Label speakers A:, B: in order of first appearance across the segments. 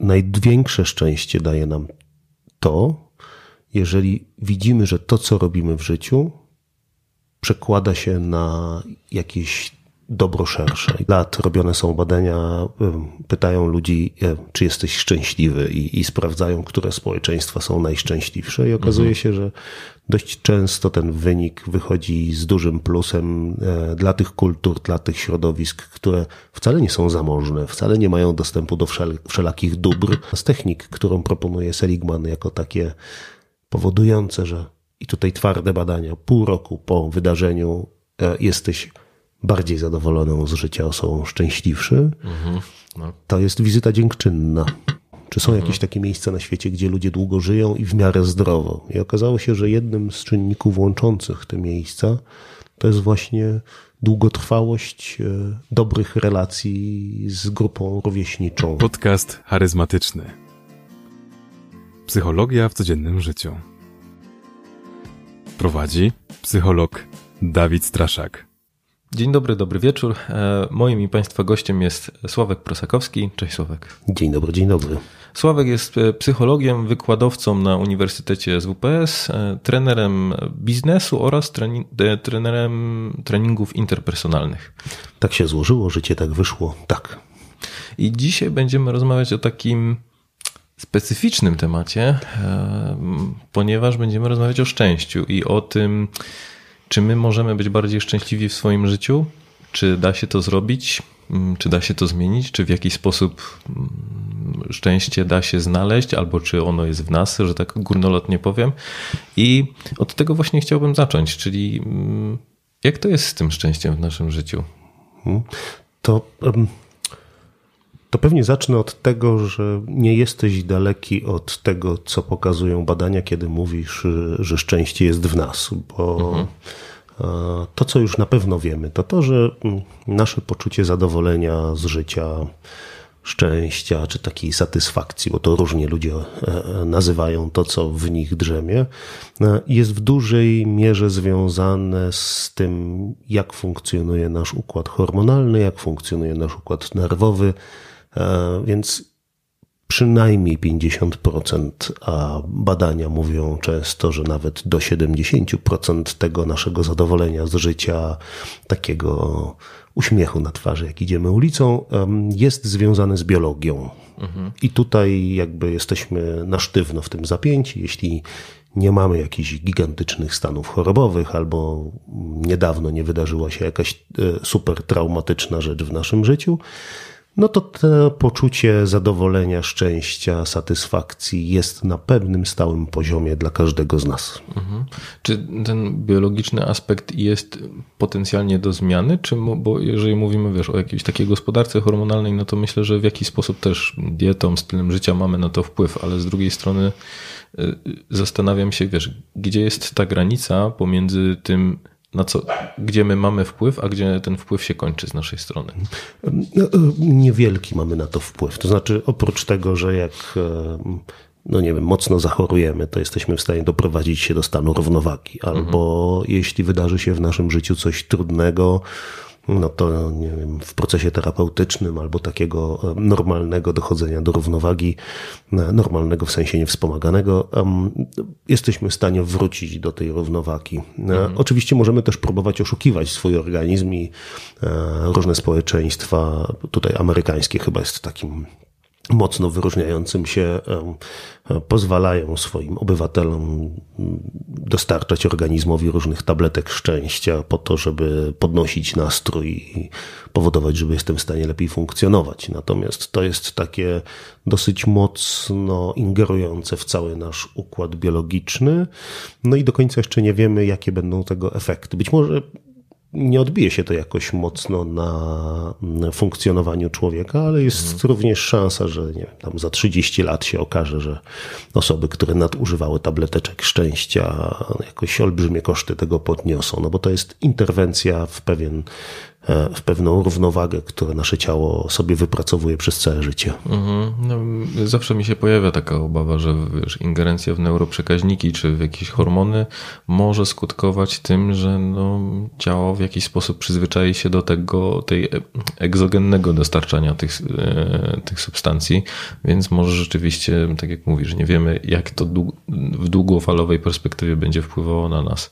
A: największe szczęście daje nam to, jeżeli widzimy, że to, co robimy w życiu, przekłada się na jakieś dobro szersze. Lat robione są badania, pytają ludzi, czy jesteś szczęśliwy i sprawdzają, które społeczeństwa są najszczęśliwsze i okazuje się, że dość często ten wynik wychodzi z dużym plusem dla tych kultur, dla tych środowisk, które wcale nie są zamożne, wcale nie mają dostępu do wszelakich dóbr. Z technik, którą proponuje Seligman jako takie powodujące, że i tutaj twarde badania, pół roku po wydarzeniu jesteś bardziej zadowoloną z życia osobą szczęśliwszy, to jest wizyta dziękczynna. Czy są jakieś takie miejsca na świecie, gdzie ludzie długo żyją i w miarę zdrowo? I okazało się, że jednym z czynników łączących te miejsca to jest właśnie długotrwałość dobrych relacji z grupą rówieśniczą.
B: Podcast charyzmatyczny. Psychologia w codziennym życiu. Prowadzi psycholog Dawid Straszak.
C: Dzień dobry, dobry wieczór. Moim i Państwa gościem jest Sławek Prosakowski. Cześć Sławek.
A: Dzień dobry, dzień dobry.
C: Sławek jest psychologiem, wykładowcą na Uniwersytecie SWPS, trenerem biznesu oraz trenerem treningów interpersonalnych.
A: Tak się złożyło, życie tak wyszło, tak.
C: I dzisiaj będziemy rozmawiać o takim specyficznym temacie, ponieważ będziemy rozmawiać o szczęściu i o tym, czy my możemy być bardziej szczęśliwi w swoim życiu? Czy da się to zrobić? Czy da się to zmienić? Czy w jakiś sposób szczęście da się znaleźć? Albo czy ono jest w nas, że tak górnolotnie powiem? I od tego właśnie chciałbym zacząć, czyli jak to jest z tym szczęściem w naszym życiu?
A: To pewnie zacznę od tego, że nie jesteś daleki od tego, co pokazują badania, kiedy mówisz, że szczęście jest w nas, bo to, co już na pewno wiemy, to, że nasze poczucie zadowolenia z życia, szczęścia, czy takiej satysfakcji, bo to różnie ludzie nazywają to, co w nich drzemie, jest w dużej mierze związane z tym, jak funkcjonuje nasz układ hormonalny, jak funkcjonuje nasz układ nerwowy, więc przynajmniej 50%, a badania mówią często, że nawet do 70% tego naszego zadowolenia z życia, takiego uśmiechu na twarzy, jak idziemy ulicą, jest związane z biologią. I tutaj jakby jesteśmy na sztywno w tym zapięci, jeśli nie mamy jakichś gigantycznych stanów chorobowych albo niedawno nie wydarzyła się jakaś super traumatyczna rzecz w naszym życiu, no to to poczucie zadowolenia, szczęścia, satysfakcji jest na pewnym stałym poziomie dla każdego z nas.
C: Czy ten biologiczny aspekt jest potencjalnie do zmiany? Bo jeżeli mówimy, o jakiejś takiej gospodarce hormonalnej, no to myślę, że w jakiś sposób też dietą, stylem życia mamy na to wpływ, ale z drugiej strony zastanawiam się, gdzie jest ta granica pomiędzy tym, gdzie my mamy wpływ, a gdzie ten wpływ się kończy z naszej strony?
A: Niewielki mamy na to wpływ. To znaczy, oprócz tego, że jak mocno zachorujemy, to jesteśmy w stanie doprowadzić się do stanu równowagi. Albo jeśli wydarzy się w naszym życiu coś trudnego, no to w procesie terapeutycznym albo takiego normalnego dochodzenia do równowagi, normalnego w sensie niewspomaganego, jesteśmy w stanie wrócić do tej równowagi. Oczywiście możemy też próbować oszukiwać swój organizm i różne społeczeństwa, tutaj amerykańskie chyba jest takim mocno wyróżniającym się, pozwalają swoim obywatelom dostarczać organizmowi różnych tabletek szczęścia po to, żeby podnosić nastrój i powodować, żeby jestem w stanie lepiej funkcjonować. Natomiast to jest takie dosyć mocno ingerujące w cały nasz układ biologiczny. No i do końca jeszcze nie wiemy, jakie będą tego efekty. Być może nie odbije się to jakoś mocno na funkcjonowaniu człowieka, ale jest również szansa, że tam za 30 lat się okaże, że osoby, które nadużywały tableteczek szczęścia, jakoś olbrzymie koszty tego podniosą, no bo to jest interwencja w pewien w pewną równowagę, którą nasze ciało sobie wypracowuje przez całe życie.
C: No, zawsze mi się pojawia taka obawa, że wiesz, ingerencja w neuroprzekaźniki czy w jakieś hormony może skutkować tym, że no, ciało w jakiś sposób przyzwyczai się do tej egzogennego dostarczania tych substancji, więc może rzeczywiście, tak jak mówisz, nie wiemy, jak to w długofalowej perspektywie będzie wpływało na nas.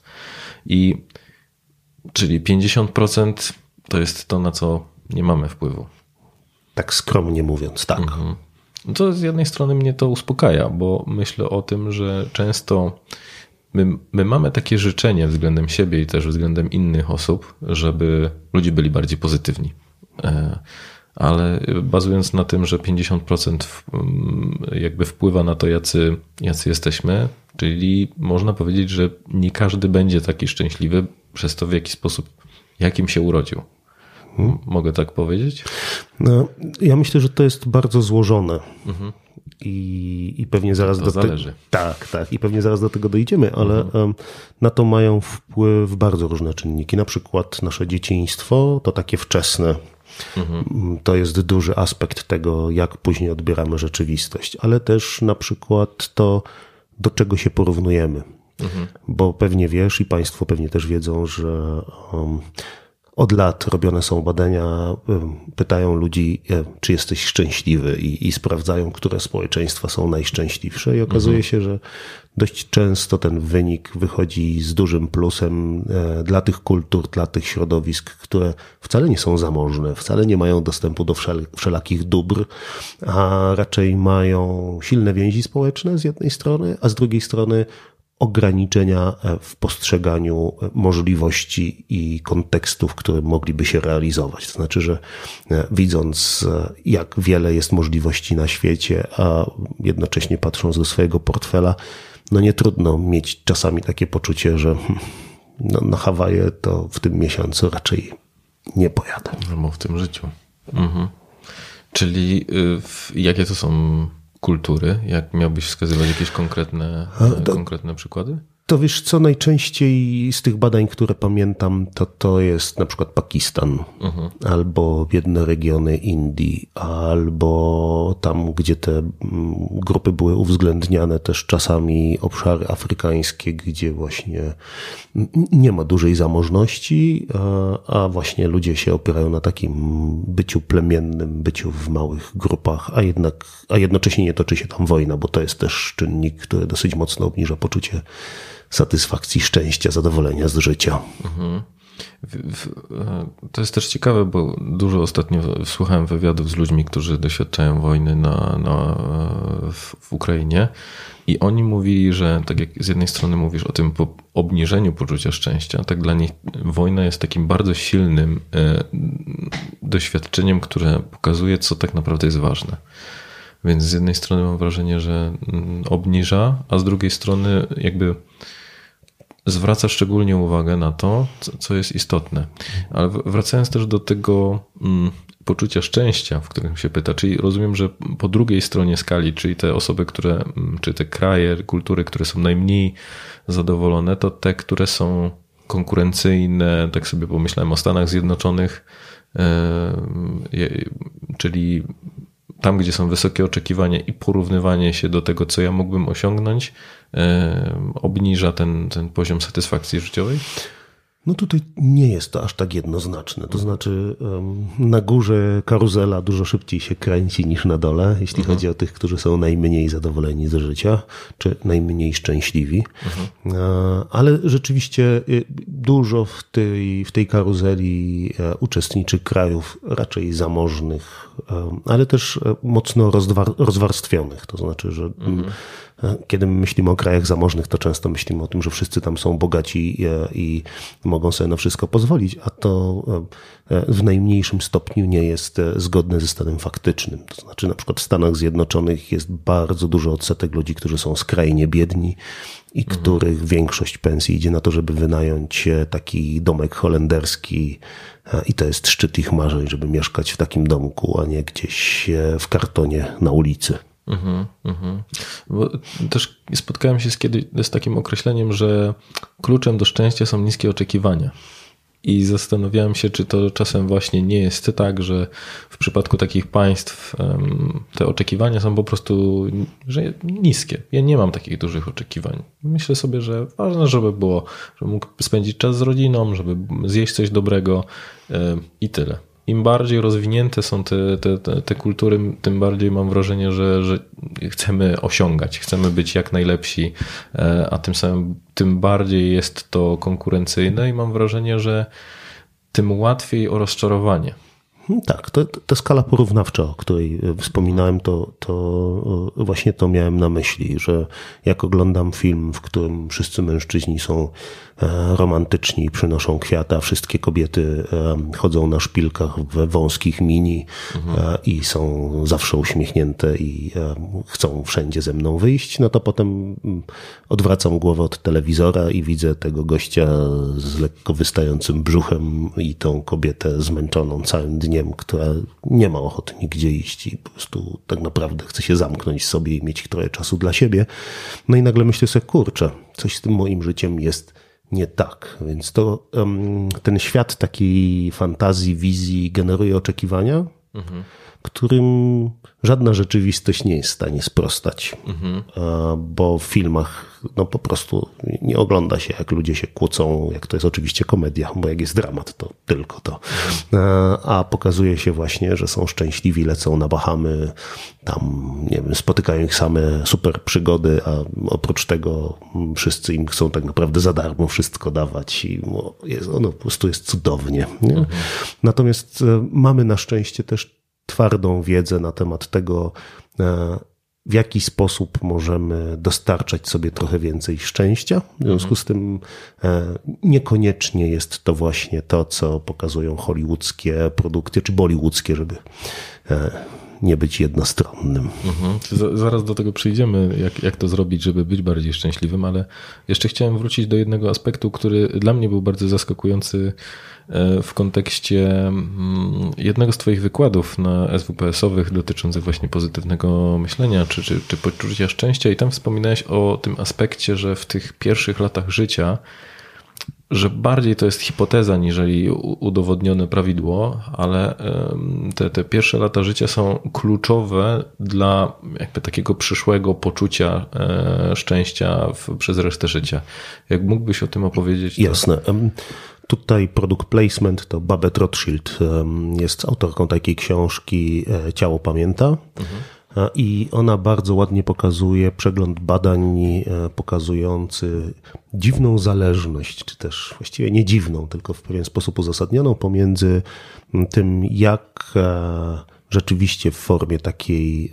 C: Czyli 50% to jest to, na co nie mamy wpływu.
A: Tak skromnie mówiąc, tak.
C: To z jednej strony mnie to uspokaja, bo myślę o tym, że często my mamy takie życzenie względem siebie i też względem innych osób, żeby ludzie byli bardziej pozytywni. Ale bazując na tym, że 50% jakby wpływa na to, jacy jesteśmy, czyli można powiedzieć, że nie każdy będzie taki szczęśliwy przez to, w jaki sposób, jakim się urodził. Mogę tak powiedzieć?
A: No, ja myślę, że to jest bardzo złożone. I pewnie zaraz
C: to zależy.
A: Tak. I pewnie zaraz do tego dojdziemy, ale na to mają wpływ bardzo różne czynniki. Na przykład nasze dzieciństwo, to takie wczesne. To jest duży aspekt tego, jak później odbieramy rzeczywistość, ale też na przykład to, do czego się porównujemy. Bo pewnie wiesz i państwo pewnie też wiedzą, że od lat robione są badania, pytają ludzi, czy jesteś szczęśliwy i sprawdzają, które społeczeństwa są najszczęśliwsze i okazuje się, że dość często ten wynik wychodzi z dużym plusem dla tych kultur, dla tych środowisk, które wcale nie są zamożne, wcale nie mają dostępu do wszelakich dóbr, a raczej mają silne więzi społeczne z jednej strony, a z drugiej strony ograniczenia w postrzeganiu możliwości i kontekstu, w którym mogliby się realizować. To znaczy, że widząc, jak wiele jest możliwości na świecie, a jednocześnie patrząc do swojego portfela, no nie trudno mieć czasami takie poczucie, że na Hawaje to w tym miesiącu raczej nie pojadę.
C: Albo w tym życiu. Czyli jakie to są kultury? Jak miałbyś wskazywać jakieś konkretne przykłady?
A: To wiesz co, najczęściej z tych badań, które pamiętam, to jest na przykład Pakistan, albo biedne regiony Indii, albo tam, gdzie te grupy były uwzględniane, też czasami obszary afrykańskie, gdzie właśnie nie ma dużej zamożności, a właśnie ludzie się opierają na takim byciu plemiennym, byciu w małych grupach, a jednocześnie nie toczy się tam wojna, bo to jest też czynnik, który dosyć mocno obniża poczucie satysfakcji, szczęścia, zadowolenia z życia.
C: To jest też ciekawe, bo dużo ostatnio słuchałem wywiadów z ludźmi, którzy doświadczają wojny w Ukrainie i oni mówili, że tak jak z jednej strony mówisz o tym obniżeniu poczucia szczęścia, tak dla nich wojna jest takim bardzo silnym doświadczeniem, które pokazuje, co tak naprawdę jest ważne. Więc z jednej strony mam wrażenie, że obniża, a z drugiej strony jakby zwraca szczególnie uwagę na to, co jest istotne. Ale wracając też do tego poczucia szczęścia, w którym się pyta, czyli rozumiem, że po drugiej stronie skali, czyli te osoby, czy te kraje, kultury, które są najmniej zadowolone, to te, które są konkurencyjne, tak sobie pomyślałem o Stanach Zjednoczonych, czyli tam, gdzie są wysokie oczekiwania i porównywanie się do tego, co ja mógłbym osiągnąć, obniża ten poziom satysfakcji życiowej?
A: No tutaj nie jest to aż tak jednoznaczne. To znaczy na górze karuzela dużo szybciej się kręci niż na dole, jeśli chodzi o tych, którzy są najmniej zadowoleni ze życia, czy najmniej szczęśliwi. Ale rzeczywiście dużo w tej karuzeli uczestniczy krajów raczej zamożnych, ale też mocno rozwarstwionych. To znaczy, że kiedy myślimy o krajach zamożnych, to często myślimy o tym, że wszyscy tam są bogaci i mogą sobie na wszystko pozwolić, a to w najmniejszym stopniu nie jest zgodne ze stanem faktycznym. To znaczy na przykład w Stanach Zjednoczonych jest bardzo duży odsetek ludzi, którzy są skrajnie biedni i których większość pensji idzie na to, żeby wynająć taki domek holenderski i to jest szczyt ich marzeń, żeby mieszkać w takim domku, a nie gdzieś w kartonie na ulicy.
C: Bo też spotkałem się z takim określeniem, że kluczem do szczęścia są niskie oczekiwania. I zastanawiałem się, czy to czasem właśnie nie jest tak, że w przypadku takich państw te oczekiwania są po prostu że niskie. Ja nie mam takich dużych oczekiwań. Myślę sobie, że ważne, żeby było, żeby mógł spędzić czas z rodziną, żeby zjeść coś dobrego i tyle. Im bardziej rozwinięte są te kultury, tym bardziej mam wrażenie, że chcemy osiągać, chcemy być jak najlepsi, a tym samym tym bardziej jest to konkurencyjne i mam wrażenie, że tym łatwiej o rozczarowanie.
A: Tak, ta skala porównawcza, o której wspominałem, to właśnie to miałem na myśli, że jak oglądam film, w którym wszyscy mężczyźni są romantyczni i przynoszą kwiaty, a wszystkie kobiety chodzą na szpilkach we wąskich mini i są zawsze uśmiechnięte i chcą wszędzie ze mną wyjść, no to potem odwracam głowę od telewizora i widzę tego gościa z lekko wystającym brzuchem i tą kobietę zmęczoną całym dniem, która nie ma ochoty nigdzie iść i po prostu tak naprawdę chce się zamknąć sobie i mieć trochę czasu dla siebie. No i nagle myślę sobie, kurczę, coś z tym moim życiem jest nie tak. Więc to ten świat takiej fantazji, wizji generuje oczekiwania, którym żadna rzeczywistość nie jest w stanie sprostać. Bo w filmach no po prostu nie ogląda się, jak ludzie się kłócą, jak to jest oczywiście komedia, bo jak jest dramat, to tylko to. A pokazuje się właśnie, że są szczęśliwi, lecą na Bahamy, tam, nie wiem, spotykają ich same super przygody, a oprócz tego wszyscy im chcą tak naprawdę za darmo wszystko dawać i ono po prostu jest cudownie. Nie? Natomiast mamy na szczęście też twardą wiedzę na temat tego, w jaki sposób możemy dostarczać sobie trochę więcej szczęścia. W związku z tym niekoniecznie jest to właśnie to, co pokazują hollywoodzkie produkcje, czy bollywoodzkie, żeby nie być jednostronnym.
C: Zaraz do tego przyjdziemy, jak to zrobić, żeby być bardziej szczęśliwym, ale jeszcze chciałem wrócić do jednego aspektu, który dla mnie był bardzo zaskakujący w kontekście jednego z twoich wykładów na SWPS-owych dotyczących właśnie pozytywnego myślenia czy poczucia szczęścia i tam wspominałeś o tym aspekcie, że w tych pierwszych latach życia, że bardziej to jest hipoteza niżeli udowodnione prawidło, ale te pierwsze lata życia są kluczowe dla jakby takiego przyszłego poczucia szczęścia przez resztę życia. Jak mógłbyś o tym opowiedzieć?
A: Jasne. Tutaj product placement to Babette Rothschild jest autorką takiej książki Ciało pamięta. I ona bardzo ładnie pokazuje przegląd badań pokazujący dziwną zależność, czy też właściwie nie dziwną, tylko w pewien sposób uzasadnioną pomiędzy tym, jak rzeczywiście w formie takiej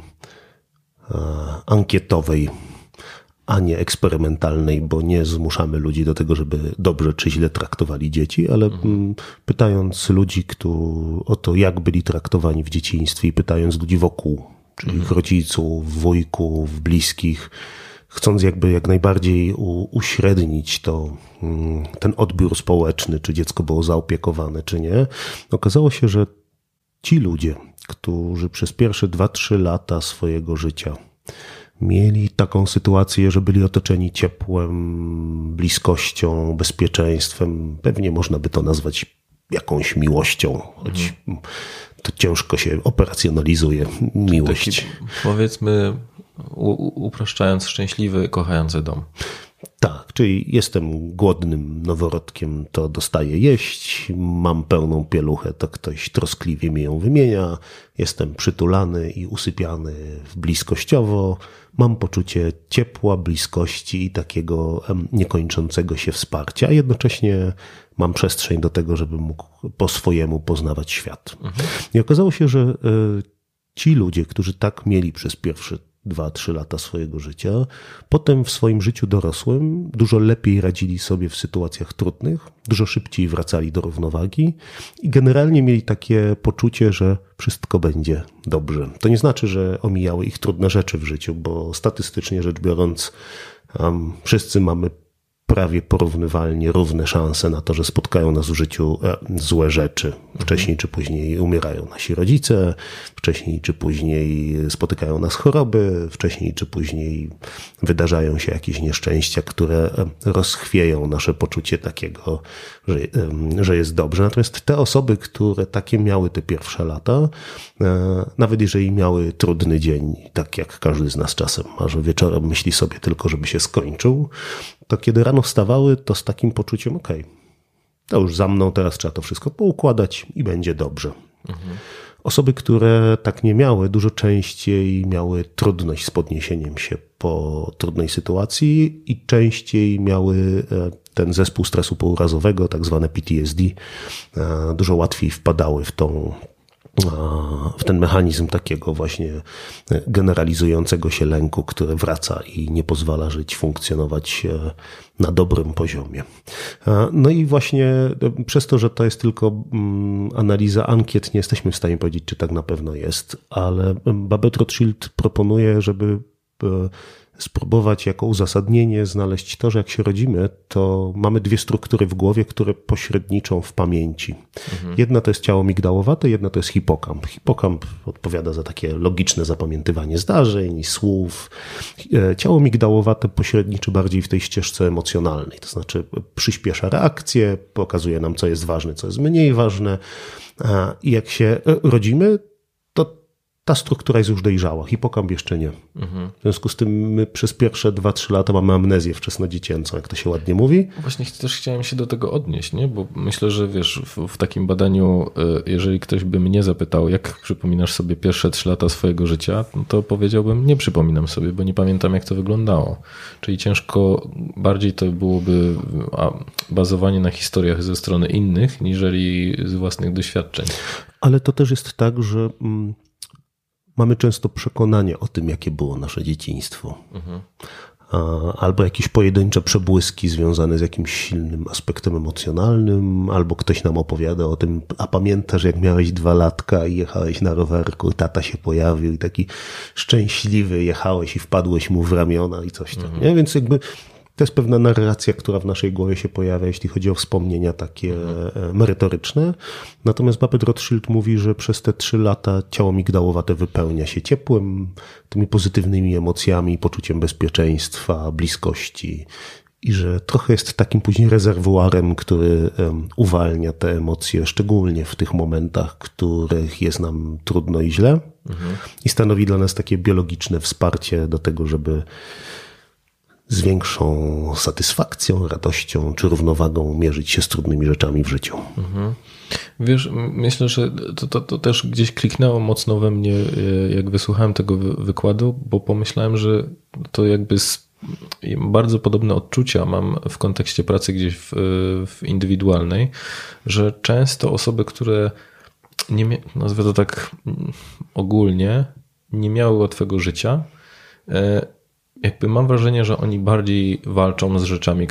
A: ankietowej, a nie eksperymentalnej, bo nie zmuszamy ludzi do tego, żeby dobrze czy źle traktowali dzieci, ale pytając ludzi o to, jak byli traktowani w dzieciństwie i pytając ludzi wokół, czyli ich rodziców, wujków, bliskich, chcąc jakby jak najbardziej uśrednić ten odbiór społeczny, czy dziecko było zaopiekowane, czy nie, okazało się, że ci ludzie, którzy przez pierwsze 2-3 lata swojego życia mieli taką sytuację, że byli otoczeni ciepłem, bliskością, bezpieczeństwem, pewnie można by to nazwać jakąś miłością, choć to ciężko się operacjonalizuje, miłość.
C: Taki, powiedzmy, upraszczając, szczęśliwy, kochający dom.
A: Tak, czyli jestem głodnym noworodkiem, to dostaję jeść, mam pełną pieluchę, to ktoś troskliwie mi ją wymienia, jestem przytulany i usypiany bliskościowo, mam poczucie ciepła, bliskości i takiego niekończącego się wsparcia, a jednocześnie mam przestrzeń do tego, żeby mógł po swojemu poznawać świat. I okazało się, że ci ludzie, którzy tak mieli przez pierwsze 2-3 lata swojego życia, potem w swoim życiu dorosłym dużo lepiej radzili sobie w sytuacjach trudnych, dużo szybciej wracali do równowagi i generalnie mieli takie poczucie, że wszystko będzie dobrze. To nie znaczy, że omijały ich trudne rzeczy w życiu, bo statystycznie rzecz biorąc wszyscy mamy prawie porównywalnie równe szanse na to, że spotkają nas w życiu złe rzeczy. Wcześniej czy później umierają nasi rodzice, wcześniej czy później spotykają nas choroby, wcześniej czy później wydarzają się jakieś nieszczęścia, które rozchwieją nasze poczucie takiego, że jest dobrze. Natomiast te osoby, które takie miały te pierwsze lata, nawet jeżeli miały trudny dzień, tak jak każdy z nas czasem ma, że wieczorem myśli sobie tylko, żeby się skończył, to kiedy rano wstawały, to z takim poczuciem, to już za mną, teraz trzeba to wszystko poukładać i będzie dobrze. Osoby, które tak nie miały, dużo częściej miały trudność z podniesieniem się po trudnej sytuacji i częściej miały ten zespół stresu pourazowego, tak zwane PTSD, dużo łatwiej wpadały w ten mechanizm takiego właśnie generalizującego się lęku, który wraca i nie pozwala żyć, funkcjonować na dobrym poziomie. No i właśnie przez to, że to jest tylko analiza ankiet, nie jesteśmy w stanie powiedzieć, czy tak na pewno jest, ale Babett-Rothschild proponuje, żeby spróbować jako uzasadnienie znaleźć to, że jak się rodzimy, to mamy dwie struktury w głowie, które pośredniczą w pamięci. Jedna to jest ciało migdałowate, jedna to jest hipokamp. Hipokamp odpowiada za takie logiczne zapamiętywanie zdarzeń, słów. Ciało migdałowate pośredniczy bardziej w tej ścieżce emocjonalnej, to znaczy przyspiesza reakcję, pokazuje nam, co jest ważne, co jest mniej ważne. I jak się rodzimy, to ta struktura jest już dojrzała, hipokamp jeszcze nie. W związku z tym my przez pierwsze 2-3 lata mamy amnezję wczesnodziecięcą, jak to się ładnie mówi.
C: Właśnie też chciałem się do tego odnieść, nie? Bo myślę, że wiesz, w takim badaniu, jeżeli ktoś by mnie zapytał, jak przypominasz sobie pierwsze 3 lata swojego życia, to powiedziałbym, nie przypominam sobie, bo nie pamiętam, jak to wyglądało. Czyli ciężko, bardziej to byłoby bazowanie na historiach ze strony innych, niżeli z własnych doświadczeń.
A: Ale to też jest tak, że mamy często przekonanie o tym, jakie było nasze dzieciństwo. Albo jakieś pojedyncze przebłyski związane z jakimś silnym aspektem emocjonalnym, albo ktoś nam opowiada o tym, a pamiętasz, jak miałeś 2 latka i jechałeś na rowerku, tata się pojawił i taki szczęśliwy jechałeś i wpadłeś mu w ramiona i coś tam. Nie? Więc jakby to jest pewna narracja, która w naszej głowie się pojawia, jeśli chodzi o wspomnienia takie merytoryczne. Natomiast Babett-Rothschild mówi, że przez te 3 lata ciało migdałowate wypełnia się ciepłem, tymi pozytywnymi emocjami, poczuciem bezpieczeństwa, bliskości i że trochę jest takim później rezerwuarem, który uwalnia te emocje, szczególnie w tych momentach, w których jest nam trudno i źle i stanowi dla nas takie biologiczne wsparcie do tego, żeby z większą satysfakcją, radością czy równowagą mierzyć się z trudnymi rzeczami w życiu.
C: Wiesz, myślę, że to też gdzieś kliknęło mocno we mnie, jak wysłuchałem tego wykładu, bo pomyślałem, że to jakby bardzo podobne odczucia mam w kontekście pracy gdzieś w indywidualnej, że często osoby, które nazwę to tak ogólnie, nie miały łatwego życia, jakby mam wrażenie, że oni bardziej walczą z rzeczami,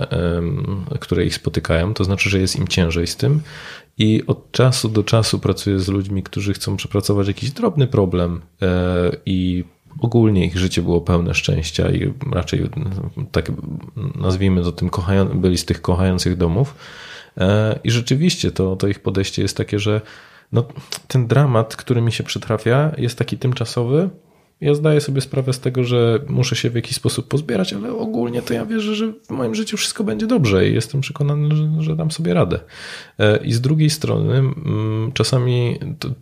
C: które ich spotykają, to znaczy, że jest im ciężej z tym i od czasu do czasu pracuję z ludźmi, którzy chcą przepracować jakiś drobny problem i ogólnie ich życie było pełne szczęścia i raczej tak nazwijmy to tym byli z tych kochających domów i rzeczywiście to ich podejście jest takie, że ten dramat, który mi się przytrafia, jest taki tymczasowy. Ja zdaję sobie sprawę z tego, że muszę się w jakiś sposób pozbierać, ale ogólnie to ja wierzę, że w moim życiu wszystko będzie dobrze i jestem przekonany, że dam sobie radę. I z drugiej strony czasami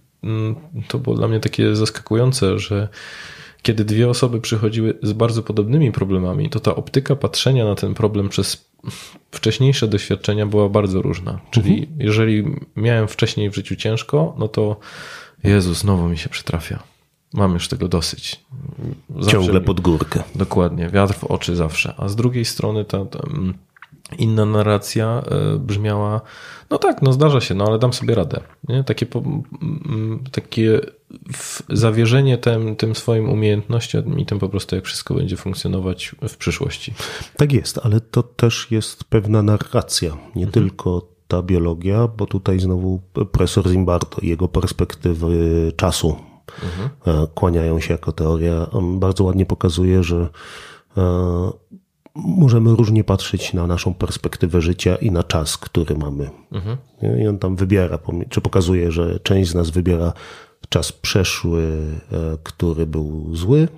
C: to było dla mnie takie zaskakujące, że kiedy 2 osoby przychodziły z bardzo podobnymi problemami, to ta optyka patrzenia na ten problem przez wcześniejsze doświadczenia była bardzo różna. Czyli jeżeli miałem wcześniej w życiu ciężko, no to Jezu, znowu mi się przytrafia. Mam już tego dosyć.
A: Ciągle pod górkę.
C: Dokładnie, wiatr w oczy zawsze. A z drugiej strony ta inna narracja brzmiała, zdarza się, ale dam sobie radę. Nie? Takie zawierzenie tym swoim umiejętnościom i tym po prostu, jak wszystko będzie funkcjonować w przyszłości.
A: Tak jest, ale to też jest pewna narracja, nie tylko ta biologia, bo tutaj znowu profesor Zimbardo i jego perspektywy czasu kłaniają się jako teoria. On bardzo ładnie pokazuje, że możemy różnie patrzeć na naszą perspektywę życia i na czas, który mamy. I on tam wybiera, czy pokazuje, że część z nas wybiera czas przeszły, który był zły,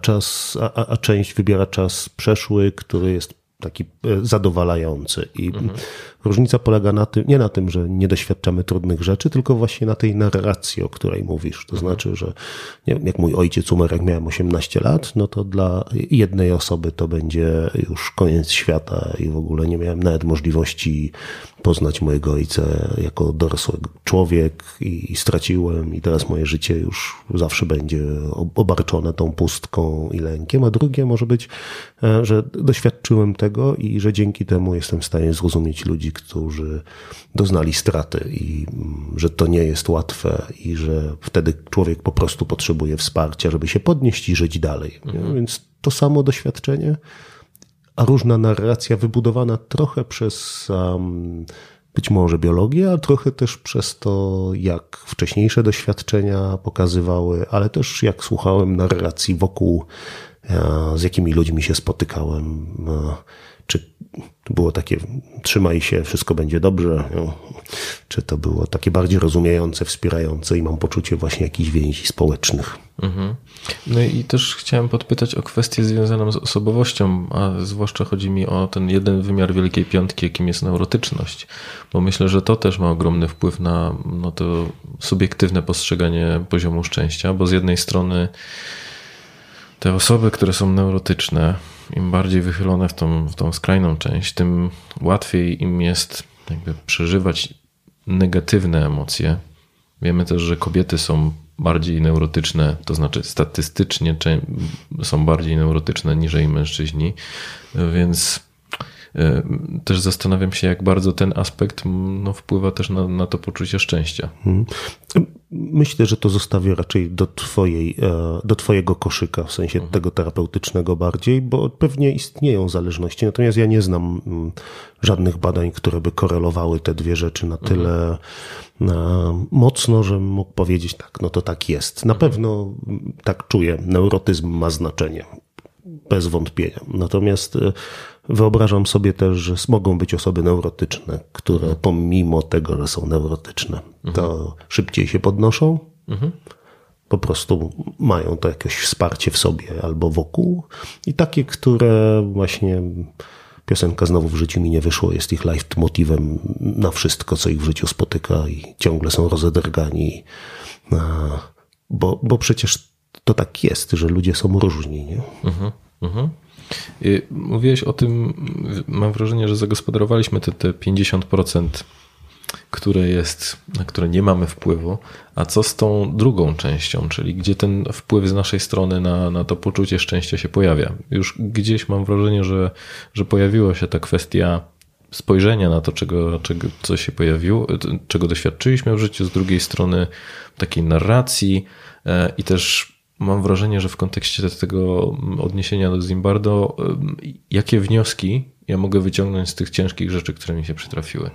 A: a część wybiera czas przeszły, który jest taki zadowalający. I różnica polega nie na tym, że nie doświadczamy trudnych rzeczy, tylko właśnie na tej narracji, o której mówisz. To znaczy, że nie wiem, jak mój ojciec umarł, jak miałem 18 lat, no to dla jednej osoby to będzie już koniec świata i w ogóle nie miałem nawet możliwości poznać mojego ojca jako dorosły człowiek i straciłem i teraz moje życie już zawsze będzie obarczone tą pustką i lękiem, a drugie może być, że doświadczyłem tego i że dzięki temu jestem w stanie zrozumieć ludzi, którzy doznali straty i że to nie jest łatwe i że wtedy człowiek po prostu potrzebuje wsparcia, żeby się podnieść i żyć dalej. Więc to samo doświadczenie, a różna narracja wybudowana trochę przez być może biologię, a trochę też przez to, jak wcześniejsze doświadczenia pokazywały, ale też jak słuchałem narracji wokół, z jakimi ludźmi się spotykałem, czy to było takie trzymaj się, wszystko będzie dobrze, czy to było takie bardziej rozumiejące, wspierające i mam poczucie właśnie jakichś więzi społecznych.
C: No i też chciałem podpytać o kwestię związaną z osobowością, a zwłaszcza chodzi mi o ten jeden wymiar Wielkiej Piątki, jakim jest neurotyczność, bo myślę, że to też ma ogromny wpływ na to subiektywne postrzeganie poziomu szczęścia, bo z jednej strony te osoby, które są neurotyczne, im bardziej wychylone w tą skrajną część, tym łatwiej im jest jakby przeżywać negatywne emocje. Wiemy też, że kobiety są bardziej neurotyczne, to znaczy statystycznie są bardziej neurotyczne niżeli mężczyźni, więc też zastanawiam się, jak bardzo ten aspekt wpływa też na to poczucie szczęścia.
A: Myślę, że to zostawię raczej do twojego koszyka, w sensie tego terapeutycznego bardziej, bo pewnie istnieją zależności. Natomiast ja nie znam żadnych badań, które by korelowały te dwie rzeczy na tyle mocno, żebym mógł powiedzieć tak, no to tak jest. Na pewno tak czuję, neurotyzm ma znaczenie. Bez wątpienia. Natomiast wyobrażam sobie też, że mogą być osoby neurotyczne, które pomimo tego, że są neurotyczne, to szybciej się podnoszą. Po prostu mają to jakieś wsparcie w sobie albo wokół. I takie, które właśnie piosenka znowu w życiu mi nie wyszło, jest ich leitmotywem na wszystko, co ich w życiu spotyka i ciągle są rozedrgani. Bo przecież to tak jest, że ludzie są różni, nie?
C: Mówiłeś o tym, mam wrażenie, że zagospodarowaliśmy te 50%, na które nie mamy wpływu, a co z tą drugą częścią, czyli gdzie ten wpływ z naszej strony na to poczucie szczęścia się pojawia? Już gdzieś mam wrażenie, że pojawiła się ta kwestia spojrzenia na to, co się pojawiło, czego doświadczyliśmy w życiu, z drugiej strony takiej narracji i też mam wrażenie, że w kontekście tego odniesienia do Zimbardo, jakie wnioski ja mogę wyciągnąć z tych ciężkich rzeczy, które mi się przytrafiły.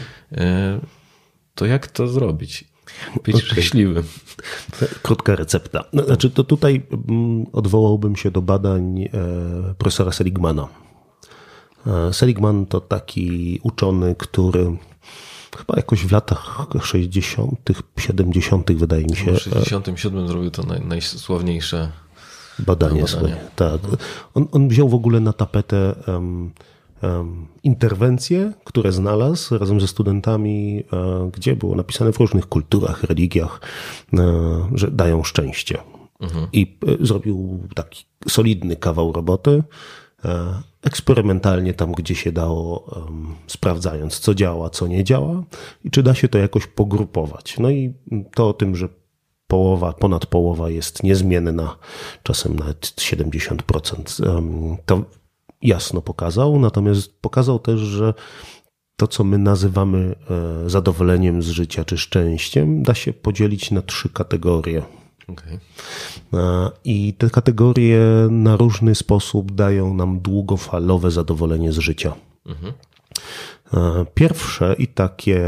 C: To jak to zrobić? Być szczęśliwym.
A: Krótka recepta. Znaczy, to tutaj odwołałbym się do badań profesora Seligmana. Seligman to taki uczony, który chyba jakoś w latach 60., 70. wydaje mi się.
C: W 67 zrobił to najsławniejsze
A: badanie. Swoje. Tak. On wziął w ogóle na tapetę interwencje, które znalazł razem ze studentami, gdzie było napisane w różnych kulturach, religiach, że dają szczęście. I zrobił taki solidny kawał roboty, eksperymentalnie tam, gdzie się dało, sprawdzając, co działa, co nie działa i czy da się to jakoś pogrupować. No i to o tym, że ponad połowa jest niezmienna, czasem nawet 70%, to jasno pokazał, natomiast pokazał też, że to, co my nazywamy zadowoleniem z życia czy szczęściem, da się podzielić na 3 kategorie.
C: Okay.
A: I te kategorie na różny sposób dają nam długofalowe zadowolenie z życia. Pierwsze i takie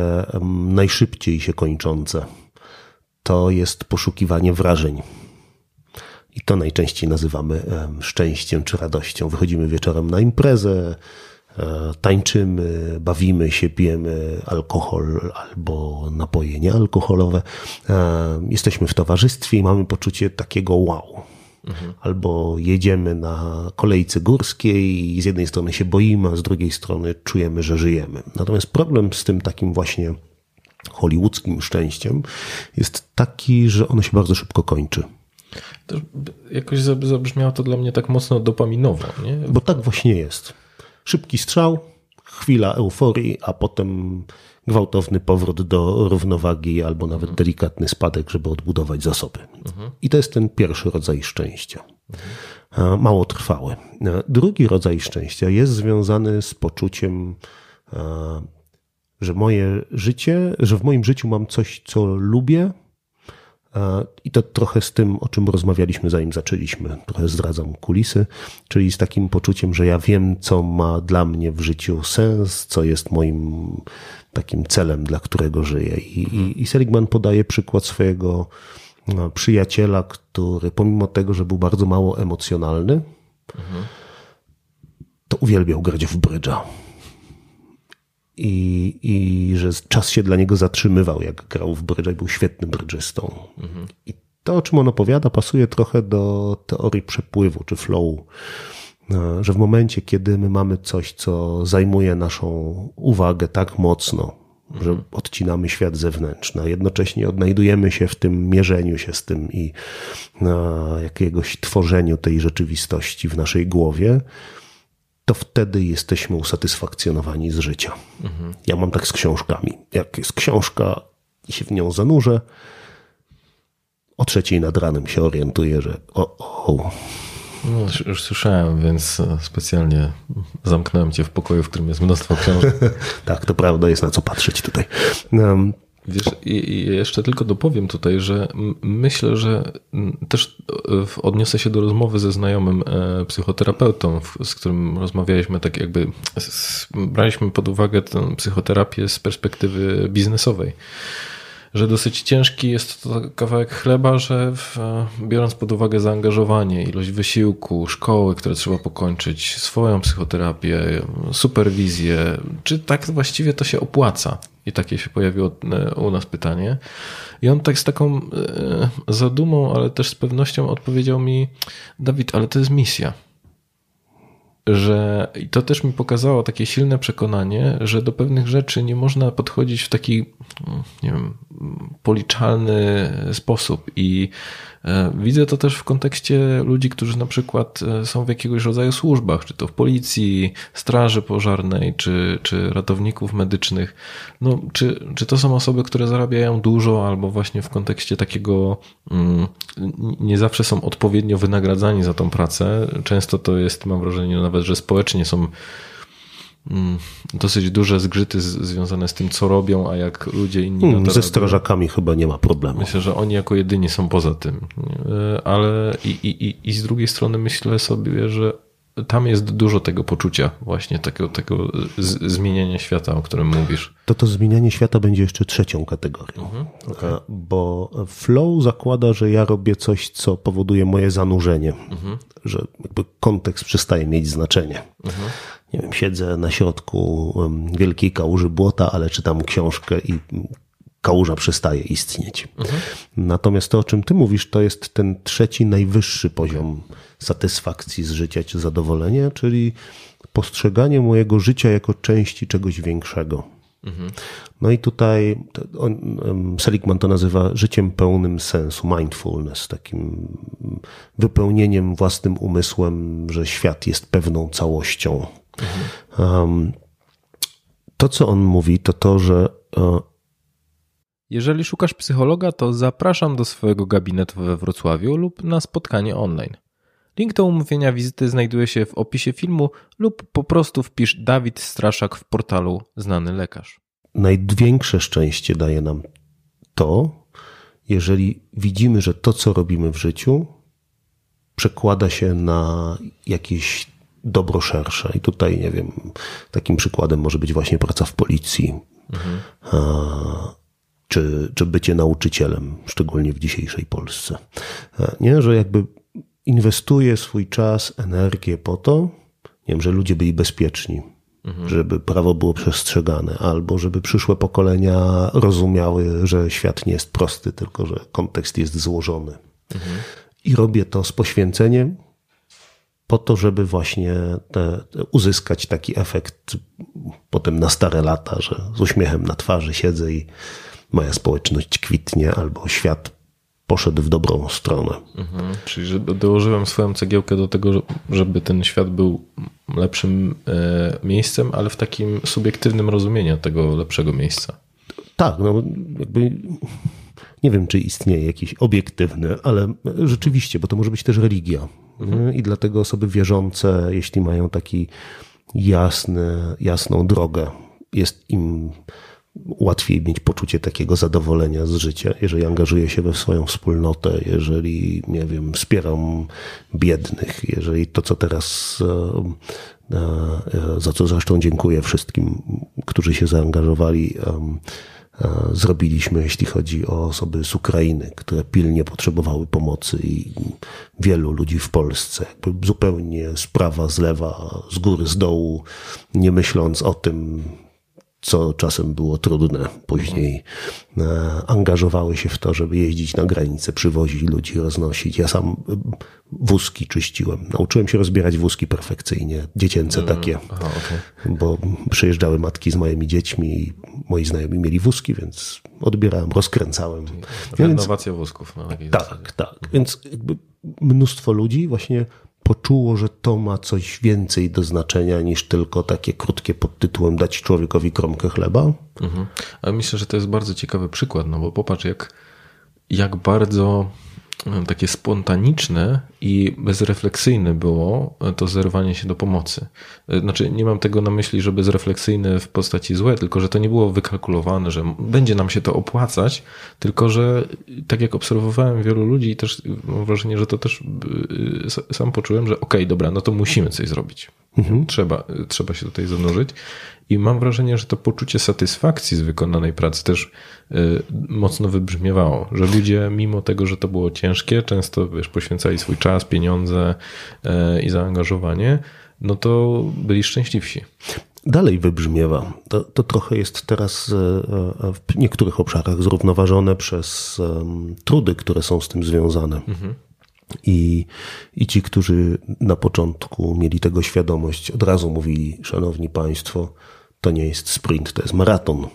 A: najszybciej się kończące to jest poszukiwanie wrażeń. I to najczęściej nazywamy szczęściem czy radością. Wychodzimy wieczorem na imprezę, tańczymy, bawimy się, pijemy alkohol albo napoje niealkoholowe. Jesteśmy w towarzystwie i mamy poczucie takiego wow. Albo jedziemy na kolejce górskiej i z jednej strony się boimy, a z drugiej strony czujemy, że żyjemy. Natomiast problem z tym takim właśnie hollywoodzkim szczęściem jest taki, że ono się bardzo szybko kończy.
C: To jakoś zabrzmiało to dla mnie tak mocno dopaminowo, nie?
A: Bo tak właśnie jest. Szybki strzał, chwila euforii, a potem gwałtowny powrót do równowagi albo nawet delikatny spadek, żeby odbudować zasoby. I to jest ten pierwszy rodzaj szczęścia. Mało trwały. Drugi rodzaj szczęścia jest związany z poczuciem, że że w moim życiu mam coś, co lubię. I to trochę z tym, o czym rozmawialiśmy, zanim zaczęliśmy. Trochę zdradzam kulisy, czyli z takim poczuciem, że ja wiem, co ma dla mnie w życiu sens, co jest moim takim celem, dla którego żyję. I Seligman podaje przykład swojego przyjaciela, który pomimo tego, że był bardzo mało emocjonalny, to uwielbiał grać w brydża. I że czas się dla niego zatrzymywał, jak grał w brydża i był świetnym brydżystą. I to, o czym on opowiada, pasuje trochę do teorii przepływu czy flow, że w momencie, kiedy my mamy coś, co zajmuje naszą uwagę tak mocno, że odcinamy świat zewnętrzny, a jednocześnie odnajdujemy się w tym mierzeniu się z tym i jakiegoś tworzeniu tej rzeczywistości w naszej głowie, to wtedy jesteśmy usatysfakcjonowani z życia. Ja mam tak z książkami. Jak jest książka i się w nią zanurzę, o 3:00 nad ranem się orientuję, że
C: No, już słyszałem, więc specjalnie zamknąłem cię w pokoju, w którym jest mnóstwo książek.
A: Tak, to prawda, jest na co patrzeć tutaj.
C: Wiesz, i jeszcze tylko dopowiem tutaj, że myślę, że też odniosę się do rozmowy ze znajomym psychoterapeutą, z którym rozmawialiśmy, tak jakby braliśmy pod uwagę tę psychoterapię z perspektywy biznesowej. Że dosyć ciężki jest to kawałek chleba, że biorąc pod uwagę zaangażowanie, ilość wysiłku, szkoły, które trzeba pokończyć, swoją psychoterapię, superwizję, czy tak właściwie to się opłaca? I takie się pojawiło u nas pytanie. I on tak z taką zadumą, ale też z pewnością odpowiedział mi: Dawid, ale to jest misja. I to też mi pokazało takie silne przekonanie, że do pewnych rzeczy nie można podchodzić w taki, nie wiem, policzalny sposób. I widzę to też w kontekście ludzi, którzy na przykład są w jakiegoś rodzaju służbach, czy to w policji, straży pożarnej, czy ratowników medycznych. No, czy to są osoby, które zarabiają dużo, albo właśnie w kontekście takiego nie zawsze są odpowiednio wynagradzani za tą pracę. Często to jest, mam wrażenie, nawet, że społecznie są dosyć duże zgrzyty związane z tym, co robią, a jak ludzie inni...
A: Ze strażakami chyba nie ma problemu.
C: Myślę, że oni jako jedyni są poza tym. Ale i z drugiej strony myślę sobie, że tam jest dużo tego poczucia właśnie tego zmieniania świata, o którym mówisz.
A: To zmienianie świata będzie jeszcze trzecią kategorią. Okay. Bo flow zakłada, że ja robię coś, co powoduje moje zanurzenie. Że jakby kontekst przestaje mieć znaczenie. Nie wiem, siedzę na środku wielkiej kałuży błota, ale czytam książkę i kałuża przestaje istnieć. Natomiast to, o czym ty mówisz, to jest ten trzeci, najwyższy poziom satysfakcji z życia czy zadowolenia, czyli postrzeganie mojego życia jako części czegoś większego. No i tutaj Seligman to nazywa życiem pełnym sensu, mindfulness, takim wypełnieniem własnym umysłem, że świat jest pewną całością. To, co on mówi, to, że
C: jeżeli szukasz psychologa, to zapraszam do swojego gabinetu we Wrocławiu lub na spotkanie online. Link do umówienia wizyty znajduje się w opisie filmu lub po prostu wpisz Dawid Straszak w portalu Znany Lekarz.
A: Największe szczęście daje nam to, jeżeli widzimy, że to, co robimy w życiu, przekłada się na jakieś dobro szersze. I tutaj, nie wiem, takim przykładem może być właśnie praca w policji, czy bycie nauczycielem, szczególnie w dzisiejszej Polsce. Nie, że jakby inwestuje swój czas, energię po to, nie wiem, że ludzie byli bezpieczni, żeby prawo było przestrzegane, albo żeby przyszłe pokolenia rozumiały, że świat nie jest prosty, tylko że kontekst jest złożony. I robię to z poświęceniem po to, żeby właśnie uzyskać taki efekt potem na stare lata, że z uśmiechem na twarzy siedzę i moja społeczność kwitnie, albo świat poszedł w dobrą stronę.
C: Czyli że dołożyłem swoją cegiełkę do tego, żeby ten świat był lepszym miejscem, ale w takim subiektywnym rozumieniu tego lepszego miejsca.
A: Tak, no jakby nie wiem, czy istnieje jakiś obiektywny, ale rzeczywiście, bo to może być też religia. I dlatego osoby wierzące, jeśli mają taki jasną drogę, jest im łatwiej mieć poczucie takiego zadowolenia z życia, jeżeli angażuje się we swoją wspólnotę, jeżeli, nie wiem, wspieram biednych, jeżeli to, co teraz, za co zresztą dziękuję wszystkim, którzy się zaangażowali, zrobiliśmy, jeśli chodzi o osoby z Ukrainy, które pilnie potrzebowały pomocy i wielu ludzi w Polsce, jakby zupełnie z prawa, z lewa, z góry, z dołu, nie myśląc o tym, co czasem było trudne. Później angażowały się w to, żeby jeździć na granicę, przywozić ludzi, roznosić. Ja sam wózki czyściłem. Nauczyłem się rozbierać wózki perfekcyjnie, dziecięce takie, bo przyjeżdżały matki z moimi dziećmi i moi znajomi mieli wózki, więc odbierałem, rozkręcałem.
C: Renowacja wózków.
A: Tak. Więc jakby mnóstwo ludzi właśnie poczuło, że to ma coś więcej do znaczenia niż tylko takie krótkie pod tytułem dać człowiekowi kromkę chleba.
C: Ale myślę, że to jest bardzo ciekawy przykład, no bo popatrz, jak bardzo takie spontaniczne i bezrefleksyjne było to zerwanie się do pomocy. Znaczy, nie mam tego na myśli, że bezrefleksyjne w postaci złe, tylko że to nie było wykalkulowane, że będzie nam się to opłacać, tylko że tak jak obserwowałem wielu ludzi i też mam wrażenie, że to też sam poczułem, że okej, dobra, no to musimy coś zrobić. Trzeba się tutaj zanurzyć. I mam wrażenie, że to poczucie satysfakcji z wykonanej pracy też mocno wybrzmiewało, że ludzie mimo tego, że to było ciężkie, często poświęcali swój czas, pieniądze i zaangażowanie, no to byli szczęśliwsi.
A: Dalej wybrzmiewa. To trochę jest teraz w niektórych obszarach zrównoważone przez trudy, które są z tym związane. I ci, którzy na początku mieli tego świadomość, od razu mówili, szanowni państwo, to nie jest sprint, to jest maraton.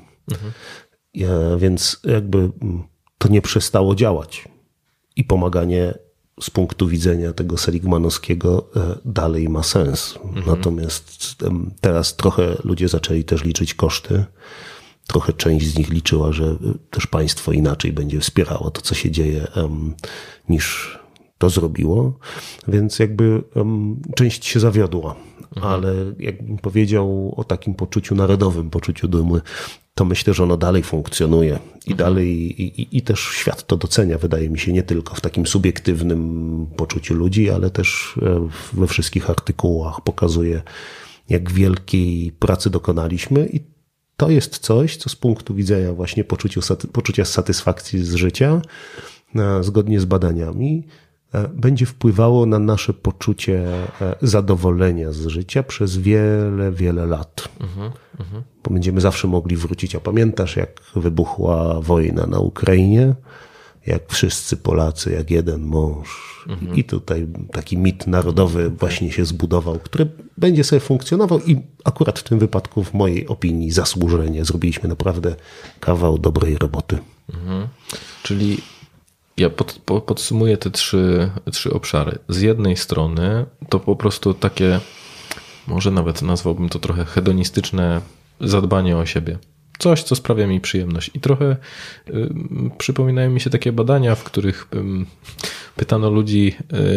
A: Więc jakby to nie przestało działać. I pomaganie z punktu widzenia tego seligmanowskiego dalej ma sens. Natomiast teraz trochę ludzie zaczęli też liczyć koszty. Trochę część z nich liczyła, że też państwo inaczej będzie wspierało to, co się dzieje, niż to zrobiło, więc jakby część się zawiodła, ale jakbym powiedział o takim poczuciu narodowym, poczuciu dumy, to myślę, że ono dalej funkcjonuje i dalej i też świat to docenia, wydaje mi się, nie tylko w takim subiektywnym poczuciu ludzi, ale też we wszystkich artykułach pokazuje, jak wielkiej pracy dokonaliśmy i to jest coś, co z punktu widzenia właśnie poczucia satysfakcji z życia, zgodnie z badaniami, będzie wpływało na nasze poczucie zadowolenia z życia przez wiele, wiele lat. Bo będziemy zawsze mogli wrócić. A pamiętasz, jak wybuchła wojna na Ukrainie? Jak wszyscy Polacy, jak jeden mąż. I tutaj taki mit narodowy właśnie się zbudował, który będzie sobie funkcjonował i akurat w tym wypadku, w mojej opinii, zasłużenie. Zrobiliśmy naprawdę kawał dobrej roboty.
C: Czyli ja podsumuję te trzy obszary. Z jednej strony to po prostu takie, może nawet nazwałbym to trochę hedonistyczne zadbanie o siebie. Coś, co sprawia mi przyjemność. I trochę przypominają mi się takie badania, w których pytano ludzi,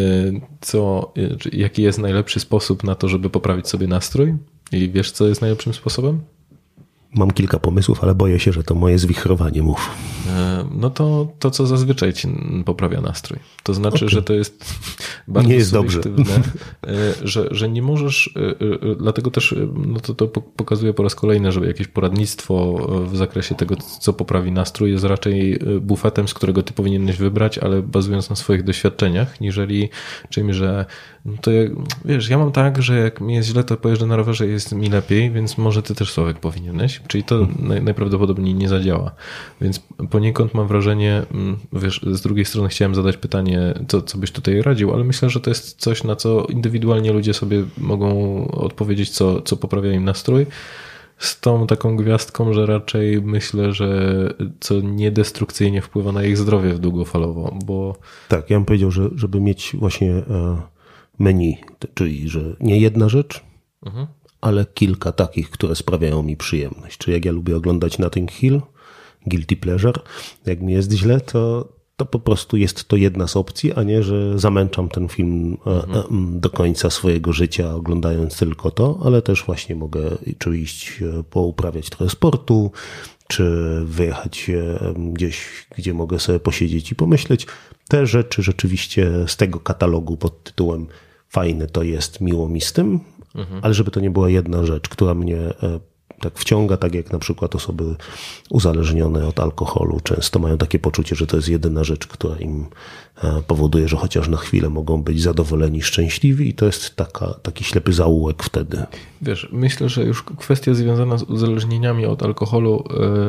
C: jaki jest najlepszy sposób na to, żeby poprawić sobie nastrój. I wiesz, co jest najlepszym sposobem?
A: Mam kilka pomysłów, ale boję się, że to moje zwichrowanie mów.
C: No to co zazwyczaj ci poprawia nastrój. To znaczy, że to jest bardzo
A: nie jest
C: subiektywne, że nie możesz, dlatego też no to pokazuje po raz kolejny, że jakieś poradnictwo w zakresie tego, co poprawi nastrój, jest raczej bufetem, z którego ty powinieneś wybrać, ale bazując na swoich doświadczeniach, niżeli czymś, że no to wiesz, ja mam tak, że jak mi jest źle, to pojeżdżę na rowerze i jest mi lepiej, więc może ty też, Sławek, powinieneś. Czyli to najprawdopodobniej nie zadziała. Więc poniekąd mam wrażenie, wiesz, z drugiej strony chciałem zadać pytanie, co byś tutaj radził, ale myślę, że to jest coś, na co indywidualnie ludzie sobie mogą odpowiedzieć, co poprawia im nastrój. Z tą taką gwiazdką, że raczej myślę, że co niedestrukcyjnie wpływa na ich zdrowie długofalowo, bo...
A: Tak, ja bym powiedział, że żeby mieć właśnie menu, czyli że nie jedna rzecz, ale kilka takich, które sprawiają mi przyjemność. Czyli jak ja lubię oglądać Notting Hill, guilty pleasure, jak mi jest źle, to po prostu jest to jedna z opcji, a nie, że zamęczam ten film do końca swojego życia oglądając tylko to, ale też właśnie mogę czy iść pouprawiać trochę sportu, czy wyjechać gdzieś, gdzie mogę sobie posiedzieć i pomyśleć. Te rzeczy rzeczywiście z tego katalogu pod tytułem fajne to jest, miło mi z tym, ale żeby to nie była jedna rzecz, która mnie tak wciąga, tak jak na przykład osoby uzależnione od alkoholu często mają takie poczucie, że to jest jedyna rzecz, która im powoduje, że chociaż na chwilę mogą być zadowoleni, szczęśliwi i to jest taki ślepy zaułek wtedy.
C: Wiesz, myślę, że już kwestia związana z uzależnieniami od alkoholu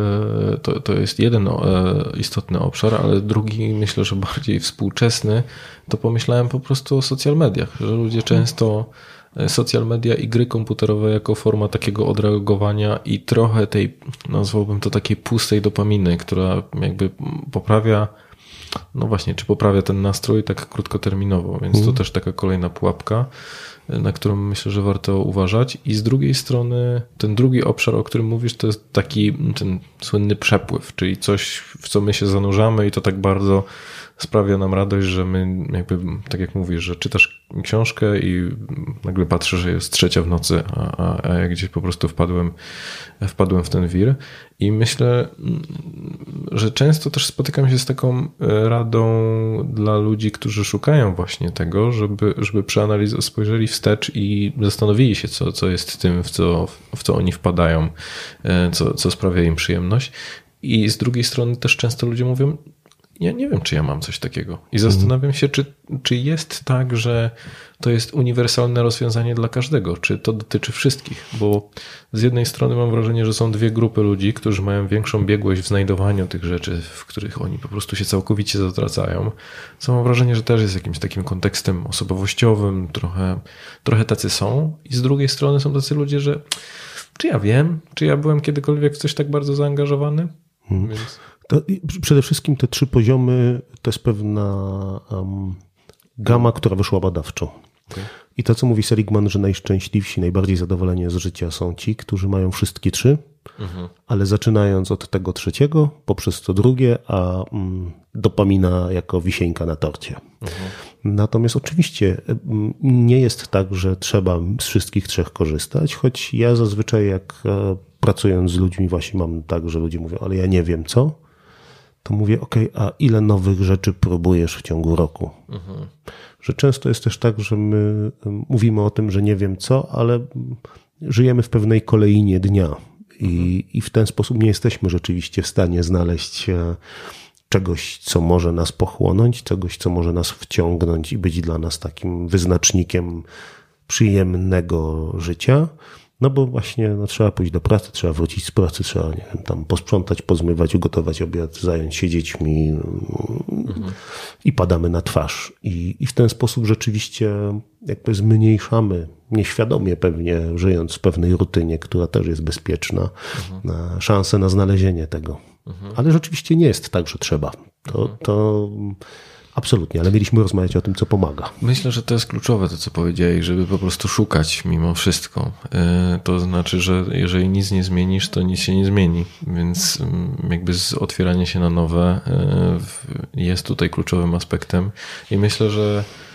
C: to jest jeden istotny obszar, ale drugi, myślę, że bardziej współczesny, to pomyślałem po prostu o social mediach, że ludzie często social media i gry komputerowe jako forma takiego odreagowania i trochę tej, nazwałbym to takiej pustej dopaminy, która jakby poprawia, no właśnie, czy poprawia ten nastrój tak krótkoterminowo, więc to też taka kolejna pułapka, na którą myślę, że warto uważać. I z drugiej strony ten drugi obszar, o którym mówisz, to jest taki ten słynny przepływ, czyli coś, w co my się zanurzamy i to tak bardzo sprawia nam radość, że my jakby, tak jak mówisz, że czytasz książkę i nagle patrzę, że jest 3:00 w nocy, a ja gdzieś po prostu wpadłem w ten wir. I myślę, że często też spotykam się z taką radą dla ludzi, którzy szukają właśnie tego, żeby przeanalizować, spojrzeli wstecz i zastanowili się, co jest tym, w co oni wpadają, co sprawia im przyjemność. I z drugiej strony też często ludzie mówią, ja nie wiem, czy ja mam coś takiego. I zastanawiam się, czy jest tak, że to jest uniwersalne rozwiązanie dla każdego, czy to dotyczy wszystkich. Bo z jednej strony mam wrażenie, że są dwie grupy ludzi, którzy mają większą biegłość w znajdowaniu tych rzeczy, w których oni po prostu się całkowicie zatracają. Co mam wrażenie, że też jest jakimś takim kontekstem osobowościowym, trochę tacy są. I z drugiej strony są tacy ludzie, że czy ja wiem, czy ja byłem kiedykolwiek w coś tak bardzo zaangażowany? Więc...
A: To przede wszystkim te 3 poziomy to jest pewna gama, która wyszła badawczo. Okay. I to, co mówi Seligman, że najszczęśliwsi, najbardziej zadowoleni z życia są ci, którzy mają wszystkie 3, ale zaczynając od tego 3, poprzez to drugie, a dopamina jako wisienka na torcie. Natomiast oczywiście nie jest tak, że trzeba z wszystkich 3 korzystać, choć ja zazwyczaj jak pracując z ludźmi właśnie mam tak, że ludzie mówią, ale ja nie wiem co, to mówię, okej, a ile nowych rzeczy próbujesz w ciągu roku? Że często jest też tak, że my mówimy o tym, że nie wiem co, ale żyjemy w pewnej kolejnie dnia i w ten sposób nie jesteśmy rzeczywiście w stanie znaleźć czegoś, co może nas pochłonąć, czegoś, co może nas wciągnąć i być dla nas takim wyznacznikiem przyjemnego życia. No bo właśnie trzeba pójść do pracy, trzeba wrócić z pracy, trzeba nie wiem, tam posprzątać, pozmywać, ugotować obiad, zająć się dziećmi i padamy na twarz. I w ten sposób rzeczywiście jakby zmniejszamy nieświadomie pewnie, żyjąc w pewnej rutynie, która też jest bezpieczna, na szansę na znalezienie tego. Ale rzeczywiście nie jest tak, że trzeba. To absolutnie, ale mieliśmy rozmawiać o tym, co pomaga.
C: Myślę, że to jest kluczowe to, co powiedziałeś, żeby po prostu szukać mimo wszystko. To znaczy, że jeżeli nic nie zmienisz, to nic się nie zmieni. Więc jakby otwieranie się na nowe jest tutaj kluczowym aspektem. I myślę, że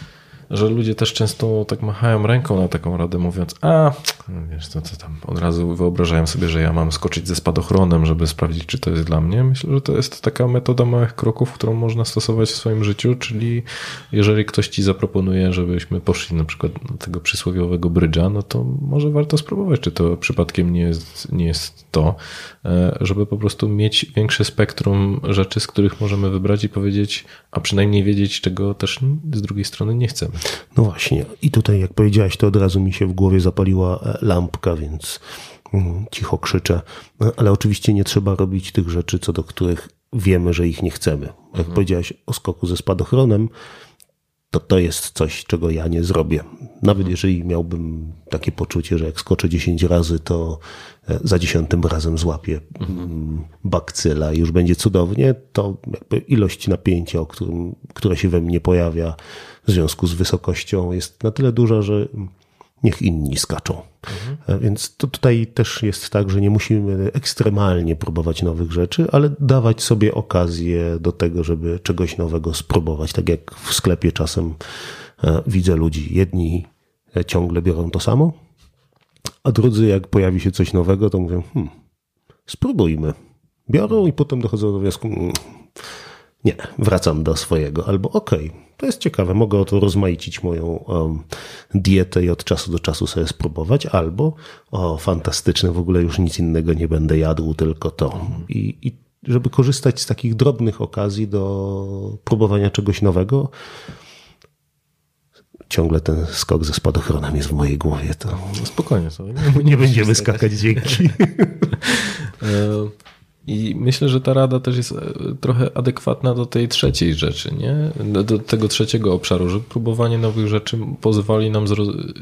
C: że ludzie też często tak machają ręką na taką radę, mówiąc, wiesz co tam, od razu wyobrażają sobie, że ja mam skoczyć ze spadochronem, żeby sprawdzić, czy to jest dla mnie. Myślę, że to jest taka metoda małych kroków, którą można stosować w swoim życiu, czyli jeżeli ktoś ci zaproponuje, żebyśmy poszli na przykład do tego przysłowiowego brydża, no to może warto spróbować, czy to przypadkiem nie jest to, żeby po prostu mieć większe spektrum rzeczy, z których możemy wybrać i powiedzieć, a przynajmniej wiedzieć, czego też z drugiej strony nie chcemy.
A: No właśnie. I tutaj, jak powiedziałeś, to od razu mi się w głowie zapaliła lampka, więc cicho krzyczę. Ale oczywiście nie trzeba robić tych rzeczy, co do których wiemy, że ich nie chcemy. Jak powiedziałeś o skoku ze spadochronem, to jest coś, czego ja nie zrobię. Nawet jeżeli miałbym takie poczucie, że jak skoczę 10 razy, to za 10 razem złapię bakcyla i już będzie cudownie, to jakby ilość napięcia, które się we mnie pojawia w związku z wysokością, jest na tyle duża, że niech inni skaczą. Więc to tutaj też jest tak, że nie musimy ekstremalnie próbować nowych rzeczy, ale dawać sobie okazję do tego, żeby czegoś nowego spróbować. Tak jak w sklepie czasem widzę ludzi. Jedni ciągle biorą to samo, a drudzy, jak pojawi się coś nowego, to mówią, spróbujmy. Biorą i potem dochodzą do wniosku, nie, wracam do swojego. Albo okej, to jest ciekawe, mogę o to rozmaicić moją dietę i od czasu do czasu sobie spróbować. Albo fantastyczne, w ogóle już nic innego nie będę jadł, tylko to. I żeby korzystać z takich drobnych okazji do próbowania czegoś nowego. Ciągle ten skok ze spadochronem jest w mojej głowie. To
C: spokojnie sobie.
A: Nie będziemy skakać, dzięki.
C: I myślę, że ta rada też jest trochę adekwatna do tej trzeciej rzeczy, nie? Do tego trzeciego obszaru, że próbowanie nowych rzeczy pozwoli nam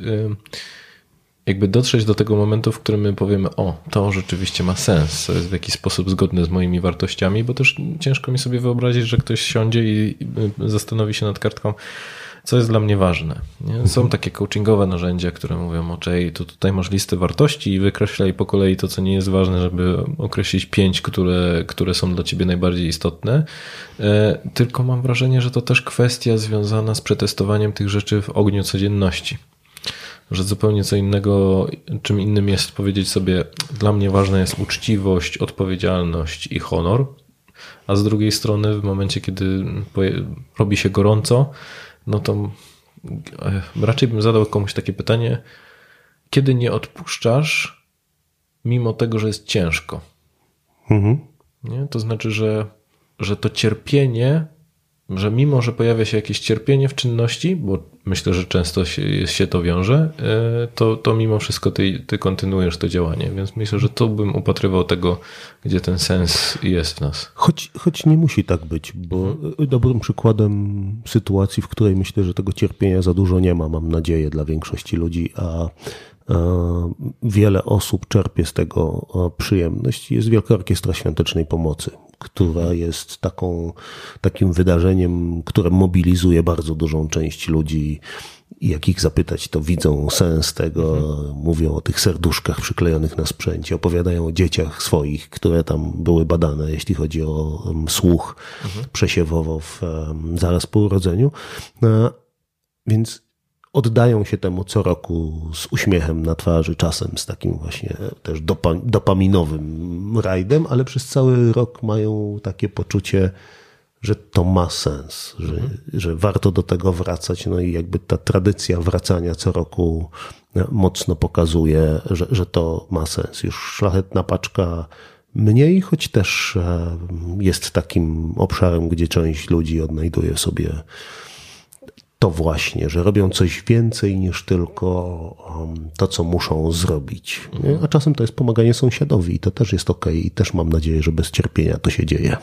C: jakby dotrzeć do tego momentu, w którym my powiemy, to rzeczywiście ma sens, to jest w jakiś sposób zgodne z moimi wartościami, bo też ciężko mi sobie wyobrazić, że ktoś siądzie i zastanowi się nad kartką, co jest dla mnie ważne. Nie? Są takie coachingowe narzędzia, które mówią, to tutaj masz listę wartości i wykreślaj po kolei to, co nie jest ważne, żeby określić 5, które są dla ciebie najbardziej istotne. Tylko mam wrażenie, że to też kwestia związana z przetestowaniem tych rzeczy w ogniu codzienności. Że zupełnie co innego, czym innym jest powiedzieć sobie, dla mnie ważna jest uczciwość, odpowiedzialność i honor, a z drugiej strony w momencie, kiedy robi się gorąco, no to raczej bym zadał komuś takie pytanie, kiedy nie odpuszczasz, mimo tego, że jest ciężko. Nie? To znaczy, że to cierpienie, że mimo, że pojawia się jakieś cierpienie w czynności, bo myślę, że często się to wiąże, to mimo wszystko ty kontynuujesz to działanie. Więc myślę, że tu bym upatrywał tego, gdzie ten sens jest w nas.
A: Choć nie musi tak być, bo dobrym przykładem sytuacji, w której myślę, że tego cierpienia za dużo nie ma, mam nadzieję, dla większości ludzi, a wiele osób czerpie z tego przyjemność, jest Wielka Orkiestra Świątecznej Pomocy, która jest takim wydarzeniem, które mobilizuje bardzo dużą część ludzi. I jak ich zapytać, to widzą sens tego, mówią o tych serduszkach przyklejonych na sprzęcie, opowiadają o dzieciach swoich, które tam były badane, jeśli chodzi o słuch przesiewowo zaraz po urodzeniu. Więc oddają się temu co roku z uśmiechem na twarzy, czasem z takim właśnie też dopaminowym rajdem, ale przez cały rok mają takie poczucie, że to ma sens, że warto do tego wracać. No i jakby ta tradycja wracania co roku mocno pokazuje, że to ma sens. Już Szlachetna Paczka mniej, choć też jest takim obszarem, gdzie część ludzi odnajduje sobie to właśnie, że robią coś więcej niż tylko to, co muszą zrobić. A czasem to jest pomaganie sąsiadowi i to też jest okej. I też mam nadzieję, że bez cierpienia to się dzieje.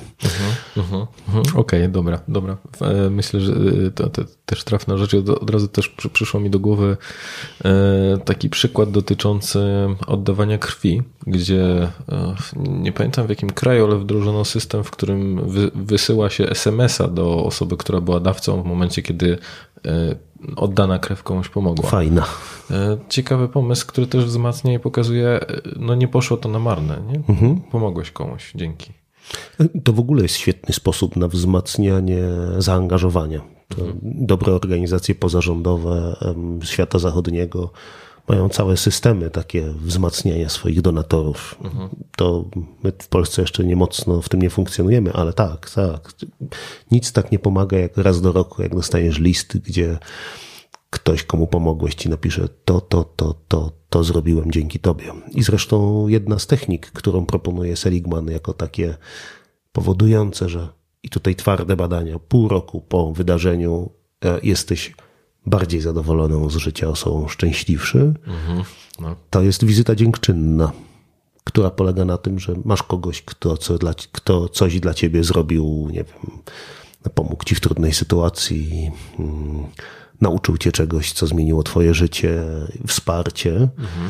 C: Okej, dobra. Myślę, że to też trafna rzecz. Od razu też przyszło mi do głowy taki przykład dotyczący oddawania krwi, gdzie nie pamiętam w jakim kraju, ale wdrożono system, w którym wysyła się SMS-a do osoby, która była dawcą w momencie, kiedy oddana krew komuś pomogła.
A: Fajna.
C: Ciekawy pomysł, który też wzmacnia i pokazuje, nie poszło to na marne. Nie? Pomogłeś komuś, dzięki.
A: To w ogóle jest świetny sposób na wzmacnianie zaangażowania. To dobre organizacje pozarządowe świata zachodniego mają całe systemy takie wzmacniania swoich donatorów. To my w Polsce jeszcze nie mocno w tym nie funkcjonujemy, ale tak. Nic tak nie pomaga jak raz do roku, jak dostajesz list, gdzie ktoś, komu pomogłeś, ci napisze to zrobiłem dzięki tobie. I zresztą jedna z technik, którą proponuje Seligman jako takie powodujące, że i tutaj twarde badania, pół roku po wydarzeniu jesteś bardziej zadowoloną z życia osobą, szczęśliwszy, to jest wizyta dziękczynna, która polega na tym, że masz kogoś, kto coś dla ciebie zrobił, nie wiem, pomógł ci w trudnej sytuacji, nauczył cię czegoś, co zmieniło twoje życie, wsparcie.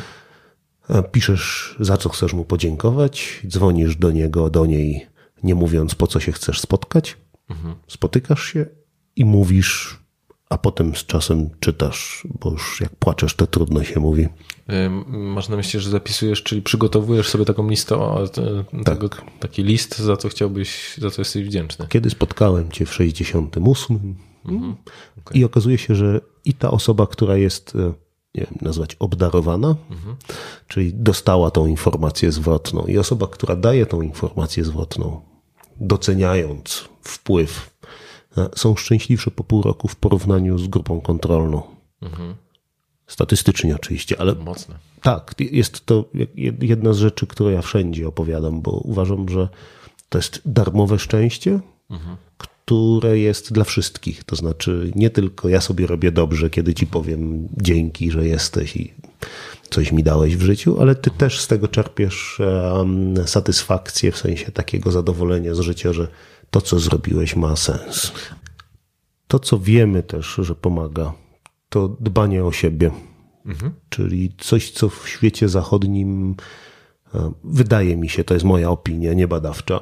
A: Piszesz, za co chcesz mu podziękować, dzwonisz do niego, do niej, nie mówiąc, po co się chcesz spotkać. Spotykasz się i mówisz, a potem z czasem czytasz, bo już jak płaczesz, to trudno się mówi.
C: Masz na myśli, że zapisujesz, czyli przygotowujesz sobie taką listę, taki list, za co chciałbyś, za co jesteś wdzięczny.
A: Kiedy spotkałem cię w 68. I okazuje się, że i ta osoba, która jest, nie wiem, nazwać obdarowana, czyli dostała tą informację zwrotną, i osoba, która daje tą informację zwrotną, doceniając wpływ, są szczęśliwsze po pół roku w porównaniu z grupą kontrolną. Statystycznie oczywiście, ale
C: mocne.
A: Tak, jest to jedna z rzeczy, które ja wszędzie opowiadam, bo uważam, że to jest darmowe szczęście, które jest dla wszystkich. To znaczy nie tylko ja sobie robię dobrze, kiedy ci powiem dzięki, że jesteś i coś mi dałeś w życiu, ale ty też z tego czerpiesz satysfakcję, w sensie takiego zadowolenia z życia, że to, co zrobiłeś, ma sens. To, co wiemy też, że pomaga, to dbanie o siebie. Czyli coś, co w świecie zachodnim wydaje mi się, to jest moja opinia, nie badawcza,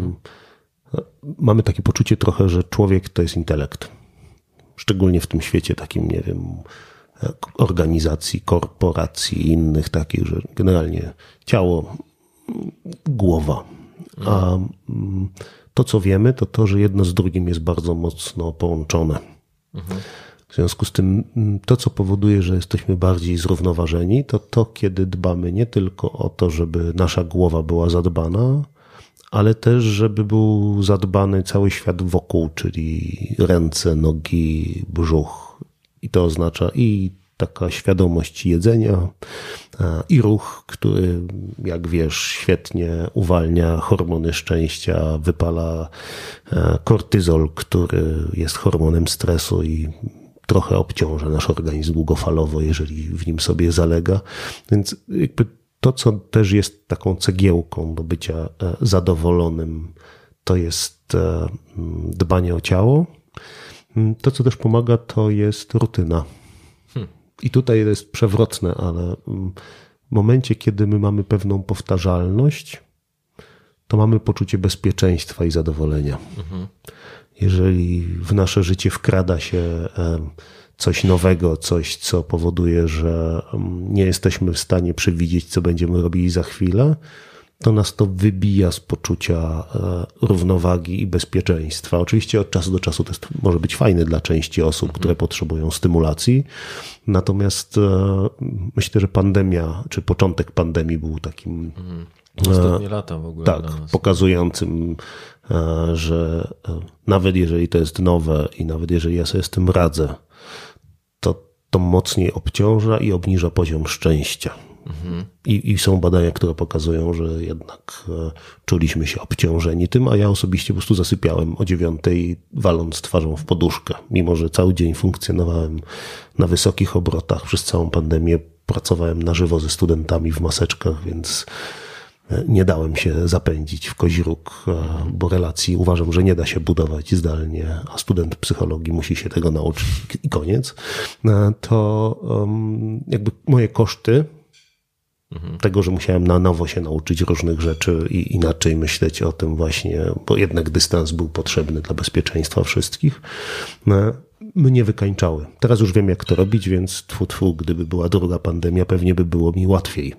A: mamy takie poczucie trochę, że człowiek to jest intelekt. Szczególnie w tym świecie takim, nie wiem, organizacji, korporacji i innych takich, że generalnie ciało, głowa. A to, co wiemy, to to, że jedno z drugim jest bardzo mocno połączone. W związku z tym to, co powoduje, że jesteśmy bardziej zrównoważeni, to kiedy dbamy nie tylko o to, żeby nasza głowa była zadbana, ale też, żeby był zadbany cały świat wokół, czyli ręce, nogi, brzuch. I to oznacza i taka świadomość jedzenia, i ruch, który, jak wiesz, świetnie uwalnia hormony szczęścia, wypala kortyzol, który jest hormonem stresu i trochę obciąża nasz organizm długofalowo, jeżeli w nim sobie zalega. Więc jakby to, co też jest taką cegiełką do bycia zadowolonym, to jest dbanie o ciało. To, co też pomaga, to jest rutyna. I tutaj jest przewrotne, ale w momencie, kiedy my mamy pewną powtarzalność, to mamy poczucie bezpieczeństwa i zadowolenia. Jeżeli w nasze życie wkrada się coś nowego, coś, co powoduje, że nie jesteśmy w stanie przewidzieć, co będziemy robili za chwilę, to nas to wybija z poczucia równowagi i bezpieczeństwa. Oczywiście od czasu do czasu to może być fajne dla części osób, które potrzebują stymulacji. Natomiast myślę, że pandemia, czy początek pandemii był takim
C: ostatnie lata w ogóle.
A: Tak, pokazującym, że nawet jeżeli to jest nowe i nawet jeżeli ja sobie z tym radzę, to mocniej obciąża i obniża poziom szczęścia. I są badania, które pokazują, że jednak czuliśmy się obciążeni tym, a ja osobiście po prostu zasypiałem o 9:00, waląc twarzą w poduszkę. Mimo że cały dzień funkcjonowałem na wysokich obrotach, przez całą pandemię pracowałem na żywo ze studentami w maseczkach, więc nie dałem się zapędzić w kozi róg, bo relacji uważam, że nie da się budować zdalnie, a student psychologii musi się tego nauczyć i koniec. To jakby moje koszty tego, że musiałem na nowo się nauczyć różnych rzeczy i inaczej myśleć o tym właśnie, bo jednak dystans był potrzebny dla bezpieczeństwa wszystkich, mnie wykańczały. Teraz już wiem, jak to robić, więc gdyby była druga pandemia, pewnie by było mi łatwiej.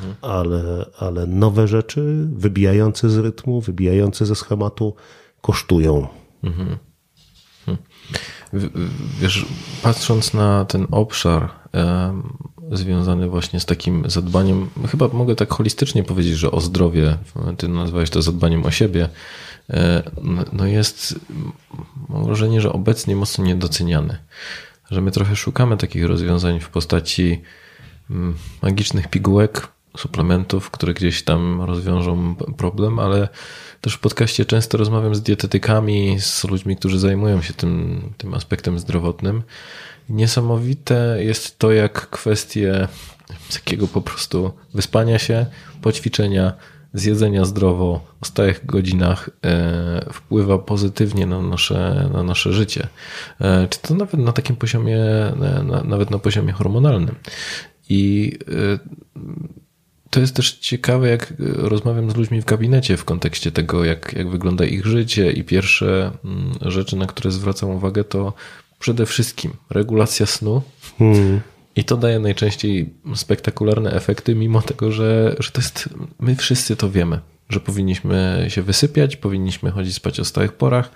A: Ale nowe rzeczy, wybijające z rytmu, wybijające ze schematu, kosztują.
C: Wiesz, patrząc na ten obszar związany właśnie z takim zadbaniem, chyba mogę tak holistycznie powiedzieć, że o zdrowie, ty nazwałeś to zadbaniem o siebie, no jest, mam wrażenie, że obecnie mocno niedoceniany. Że my trochę szukamy takich rozwiązań w postaci magicznych pigułek, suplementów, które gdzieś tam rozwiążą problem, ale też w podcaście często rozmawiam z dietetykami, z ludźmi, którzy zajmują się tym aspektem zdrowotnym. Niesamowite jest to, jak kwestie takiego po prostu wyspania się, poćwiczenia, zjedzenia zdrowo o stałych godzinach wpływa pozytywnie na nasze życie. Czy to nawet na takim poziomie, nawet na poziomie hormonalnym. I to jest też ciekawe, jak rozmawiam z ludźmi w gabinecie w kontekście tego, jak wygląda ich życie i pierwsze rzeczy, na które zwracam uwagę, to przede wszystkim regulacja snu. I to daje najczęściej spektakularne efekty, mimo tego, że to jest, my wszyscy to wiemy, że powinniśmy się wysypiać, powinniśmy chodzić spać o stałych porach,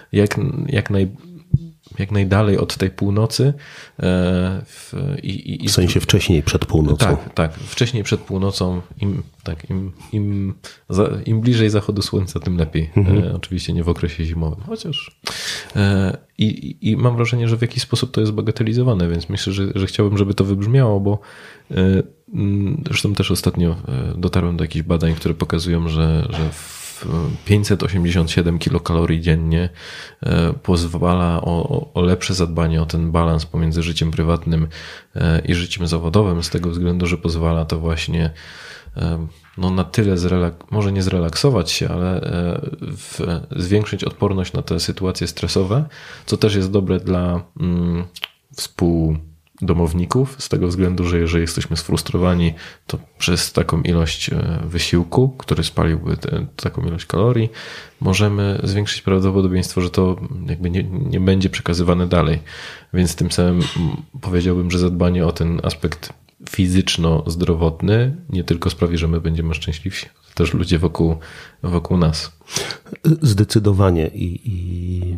C: jak najdalej od tej północy.
A: W sensie wcześniej przed północą.
C: Tak, wcześniej przed północą. Im bliżej zachodu słońca, tym lepiej. Oczywiście nie w okresie zimowym, chociaż. I mam wrażenie, że w jakiś sposób to jest bagatelizowane, więc myślę, że chciałbym, żeby to wybrzmiało, bo zresztą też ostatnio dotarłem do jakichś badań, które pokazują, że 587 kilokalorii dziennie pozwala o lepsze zadbanie o ten balans pomiędzy życiem prywatnym i życiem zawodowym, z tego względu, że pozwala to właśnie na tyle może nie zrelaksować się, ale zwiększyć odporność na te sytuacje stresowe, co też jest dobre dla współdomowników, z tego względu, że jeżeli jesteśmy sfrustrowani, to przez taką ilość wysiłku, który spaliłby taką ilość kalorii, możemy zwiększyć prawdopodobieństwo, że to jakby nie będzie przekazywane dalej. Więc tym samym powiedziałbym, że zadbanie o ten aspekt fizyczno-zdrowotny nie tylko sprawi, że my będziemy szczęśliwsi, ale też ludzie wokół nas.
A: Zdecydowanie i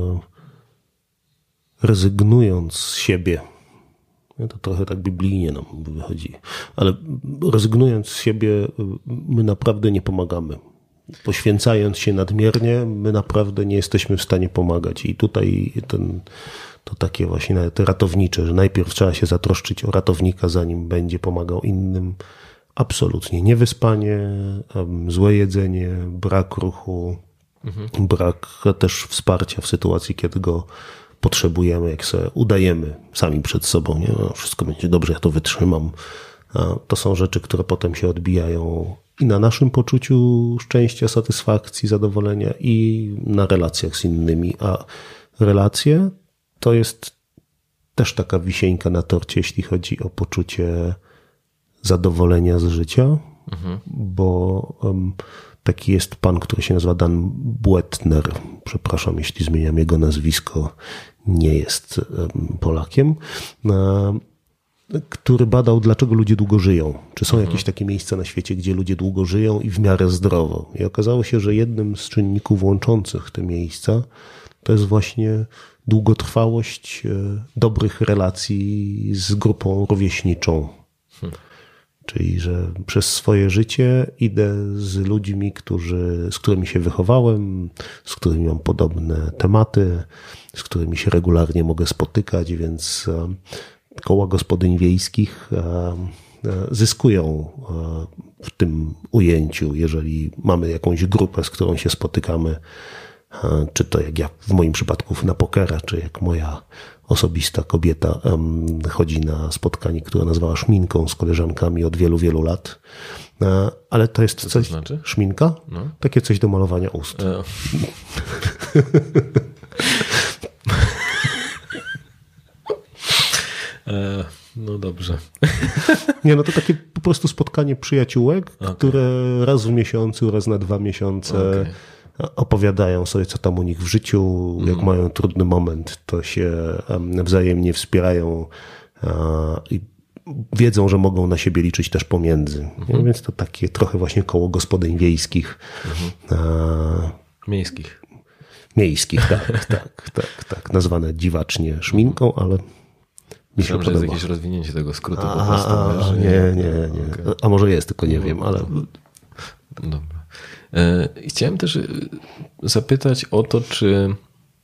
A: rezygnując z siebie, to trochę tak biblijnie nam wychodzi, ale rezygnując z siebie, my naprawdę nie pomagamy. Poświęcając się nadmiernie, my naprawdę nie jesteśmy w stanie pomagać. I tutaj to takie właśnie nawet ratownicze, że najpierw trzeba się zatroszczyć o ratownika, zanim będzie pomagał innym. Absolutnie. Niewyspanie, złe jedzenie, brak ruchu, brak też wsparcia w sytuacji, kiedy go potrzebujemy, jak sobie udajemy sami przed sobą, nie? No, wszystko będzie dobrze, ja to wytrzymam. To są rzeczy, które potem się odbijają i na naszym poczuciu szczęścia, satysfakcji, zadowolenia i na relacjach z innymi. A relacje to jest też taka wisienka na torcie, jeśli chodzi o poczucie zadowolenia z życia, bo taki jest pan, który się nazywa Dan Buettner, przepraszam, jeśli zmieniam jego nazwisko, nie jest Polakiem, który badał, dlaczego ludzie długo żyją. Czy są jakieś takie miejsca na świecie, gdzie ludzie długo żyją i w miarę zdrowo. I okazało się, że jednym z czynników łączących te miejsca to jest właśnie długotrwałość dobrych relacji z grupą rówieśniczą. Czyli, że przez swoje życie idę z ludźmi, z którymi się wychowałem, z którymi mam podobne tematy, z którymi się regularnie mogę spotykać, więc koła gospodyń wiejskich zyskują w tym ujęciu, jeżeli mamy jakąś grupę, z którą się spotykamy, czy to jak ja w moim przypadku na pokera, czy jak moja osobista kobieta chodzi na spotkanie, które nazwała szminką z koleżankami od wielu, wielu lat. Ale to jest coś...
C: Znaczy?
A: Szminka? No. Takie coś do malowania ust.
C: No dobrze.
A: Nie, no to takie po prostu spotkanie przyjaciółek, które raz w miesiącu, raz na 2 miesiące opowiadają sobie, co tam u nich w życiu, jak mają trudny moment, to się wzajemnie wspierają i wiedzą, że mogą na siebie liczyć też pomiędzy. Więc to takie trochę właśnie koło gospodyń wiejskich.
C: Miejskich.
A: Miejskich, tak. Nazwane dziwacznie szminką, ale mi się
C: Myślałem, że jest
A: podoba.
C: jakieś rozwinięcie tego skrótu po prostu.
A: Nie.
C: Okay.
A: A może jest, tylko nie wiem, ale...
C: Dobra. Chciałem też zapytać o to, czy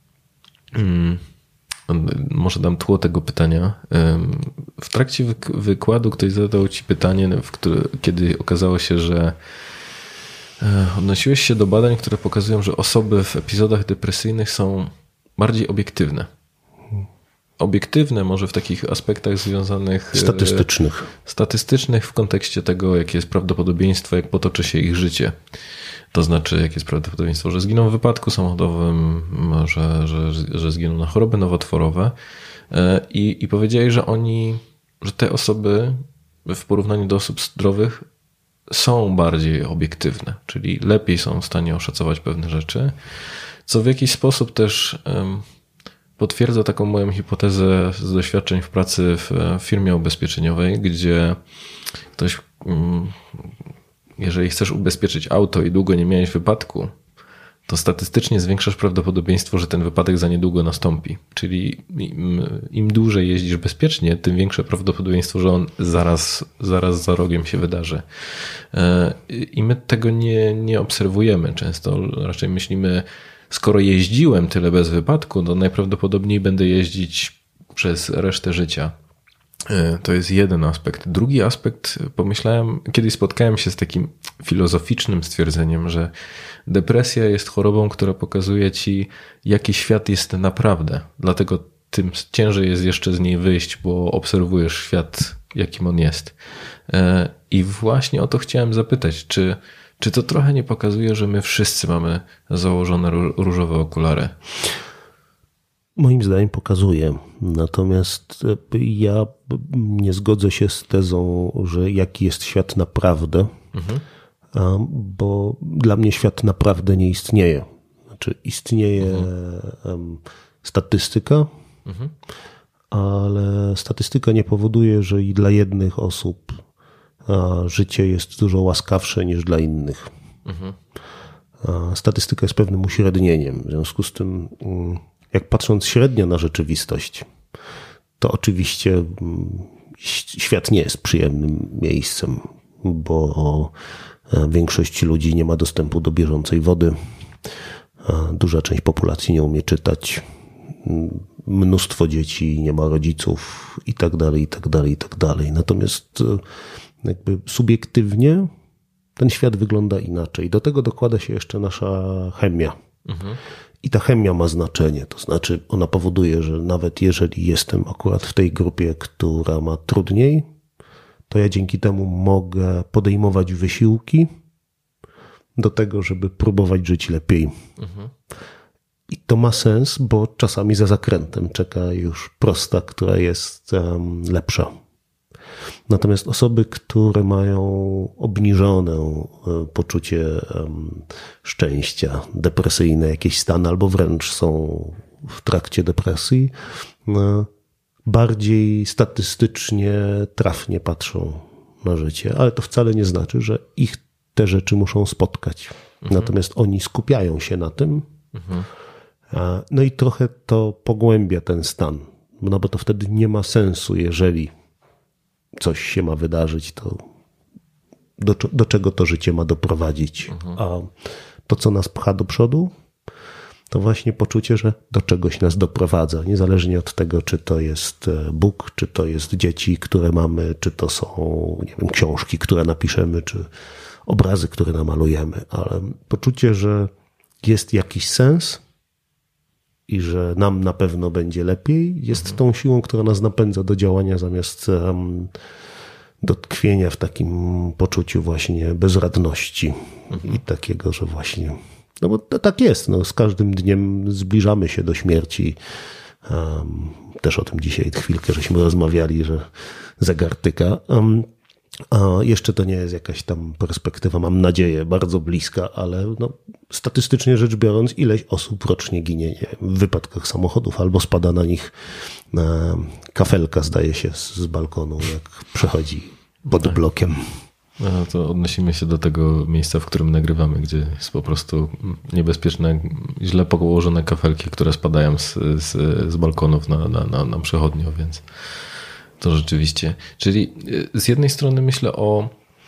C: może dam tło tego pytania. W trakcie wykładu ktoś zadał ci pytanie, kiedy okazało się, że odnosiłeś się do badań, które pokazują, że osoby w epizodach depresyjnych są bardziej obiektywne. Obiektywne może w takich aspektach związanych... Statystycznych w kontekście tego, jakie jest prawdopodobieństwo, jak potoczy się ich życie. To znaczy, jakie jest prawdopodobieństwo, że zginą w wypadku samochodowym, że zginą na choroby nowotworowe. I powiedzieli, że te osoby w porównaniu do osób zdrowych są bardziej obiektywne, czyli lepiej są w stanie oszacować pewne rzeczy, co w jakiś sposób też potwierdza taką moją hipotezę z doświadczeń w pracy w firmie ubezpieczeniowej, gdzie ktoś, jeżeli chcesz ubezpieczyć auto i długo nie miałeś wypadku, to statystycznie zwiększasz prawdopodobieństwo, że ten wypadek za niedługo nastąpi. Czyli im dłużej jeździsz bezpiecznie, tym większe prawdopodobieństwo, że on zaraz za rogiem się wydarzy. I my tego nie obserwujemy. Często raczej myślimy, skoro jeździłem tyle bez wypadku, to najprawdopodobniej będę jeździć przez resztę życia. To jest jeden aspekt. Drugi aspekt, pomyślałem, kiedyś spotkałem się z takim filozoficznym stwierdzeniem, że depresja jest chorobą, która pokazuje ci, jaki świat jest naprawdę. Dlatego tym ciężej jest jeszcze z niej wyjść, bo obserwujesz świat, jakim on jest. I właśnie o to chciałem zapytać, czy to trochę nie pokazuje, że my wszyscy mamy założone różowe okulary?
A: Moim zdaniem pokazuje. Natomiast ja nie zgodzę się z tezą, że jaki jest świat naprawdę, bo dla mnie świat naprawdę nie istnieje. Znaczy istnieje statystyka, ale statystyka nie powoduje, że i dla jednych osób życie jest dużo łaskawsze niż dla innych. Statystyka jest pewnym uśrednieniem. W związku z tym, jak patrząc średnio na rzeczywistość, to oczywiście świat nie jest przyjemnym miejscem, bo większość ludzi nie ma dostępu do bieżącej wody. Duża część populacji nie umie czytać. Mnóstwo dzieci nie ma rodziców i tak dalej. Natomiast jakby subiektywnie ten świat wygląda inaczej. Do tego dokłada się jeszcze nasza chemia. I ta chemia ma znaczenie. To znaczy ona powoduje, że nawet jeżeli jestem akurat w tej grupie, która ma trudniej, to ja dzięki temu mogę podejmować wysiłki do tego, żeby próbować żyć lepiej. I to ma sens, bo czasami za zakrętem czeka już prosta, która jest lepsza. Natomiast osoby, które mają obniżone poczucie szczęścia, depresyjne jakieś stany, albo wręcz są w trakcie depresji, bardziej statystycznie trafnie patrzą na życie. Ale to wcale nie znaczy, że ich te rzeczy muszą spotkać. Natomiast oni skupiają się na tym. No i trochę to pogłębia ten stan. No bo to wtedy nie ma sensu, jeżeli coś się ma wydarzyć, to do czego to życie ma doprowadzić. A to, co nas pcha do przodu, to właśnie poczucie, że do czegoś nas doprowadza. Niezależnie od tego, czy to jest Bóg, czy to jest dzieci, które mamy, czy to są, nie wiem, książki, które napiszemy, czy obrazy, które namalujemy. Ale poczucie, że jest jakiś sens i że nam na pewno będzie lepiej, jest tą siłą, która nas napędza do działania zamiast do tkwienia w takim poczuciu właśnie bezradności i takiego, że właśnie, no bo tak jest, no, z każdym dniem zbliżamy się do śmierci. Też o tym dzisiaj chwilkę żeśmy rozmawiali, że zegar tyka. A jeszcze to nie jest jakaś tam perspektywa, mam nadzieję, bardzo bliska, ale no, statystycznie rzecz biorąc, ileś osób rocznie ginie w wypadkach samochodów albo spada na nich kafelka, zdaje się, z balkonu, jak przechodzi pod blokiem.
C: No, to odnosimy się do tego miejsca, w którym nagrywamy, gdzie jest po prostu niebezpieczne, źle położone kafelki, które spadają z balkonów na przechodnią, więc to rzeczywiście. Czyli z jednej strony myślę o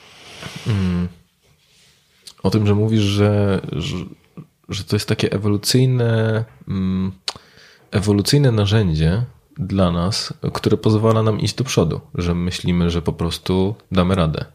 C: tym, że mówisz, że to jest takie ewolucyjne narzędzie dla nas, które pozwala nam iść do przodu, że myślimy, że po prostu damy radę.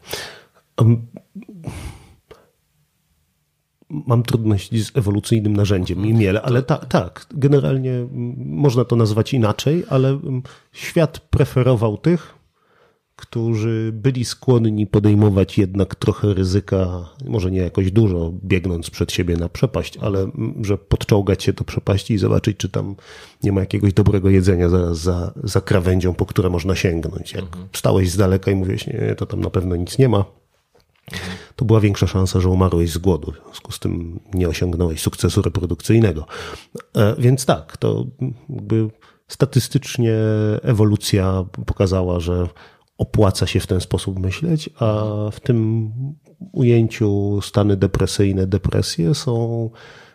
A: Mam trudności z ewolucyjnym narzędziem i miele, ale tak, generalnie można to nazwać inaczej, ale świat preferował tych, którzy byli skłonni podejmować jednak trochę ryzyka, może nie jakoś dużo, biegnąc przed siebie na przepaść, ale że podczołgać się do przepaści i zobaczyć, czy tam nie ma jakiegoś dobrego jedzenia za krawędzią, po które można sięgnąć. Jak stałeś z daleka i mówiłeś, nie, to tam na pewno nic nie ma, to była większa szansa, że umarłeś z głodu. W związku z tym nie osiągnąłeś sukcesu reprodukcyjnego. Więc tak, to jakby statystycznie ewolucja pokazała, że opłaca się w ten sposób myśleć, a w tym ujęciu stany depresyjne, depresje są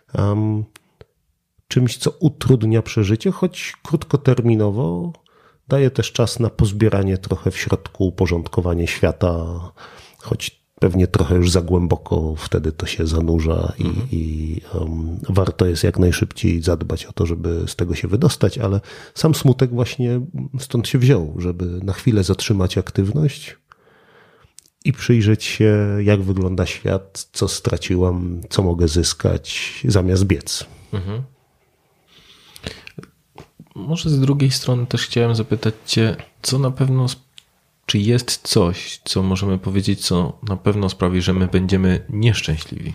A: czymś, co utrudnia przeżycie, choć krótkoterminowo daje też czas na pozbieranie trochę w środku, uporządkowanie świata, choć pewnie trochę już za głęboko wtedy to się zanurza i warto jest jak najszybciej zadbać o to, żeby z tego się wydostać, ale sam smutek właśnie stąd się wziął, żeby na chwilę zatrzymać aktywność i przyjrzeć się, jak wygląda świat, co straciłam, co mogę zyskać, zamiast biec.
C: Mhm. Może z drugiej strony też chciałem zapytać Cię, co na pewno czy jest coś, co możemy powiedzieć, co na pewno sprawi, że my będziemy nieszczęśliwi?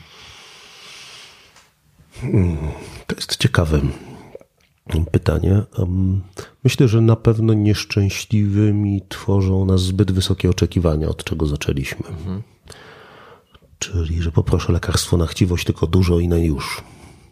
A: To jest ciekawe pytanie. Myślę, że na pewno nieszczęśliwymi tworzą nas zbyt wysokie oczekiwania, od czego zaczęliśmy. Czyli, że poproszę lekarstwo na chciwość, tylko dużo i na już.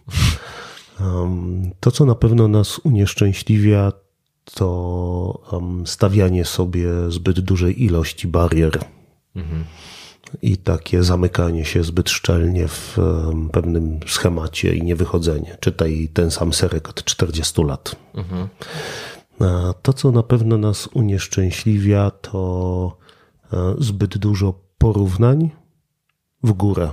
A: To, co na pewno nas unieszczęśliwia, to stawianie sobie zbyt dużej ilości barier i takie zamykanie się zbyt szczelnie w pewnym schemacie i niewychodzenie. Czytaj ten sam serek od 40 lat. To, co na pewno nas unieszczęśliwia, to zbyt dużo porównań w górę.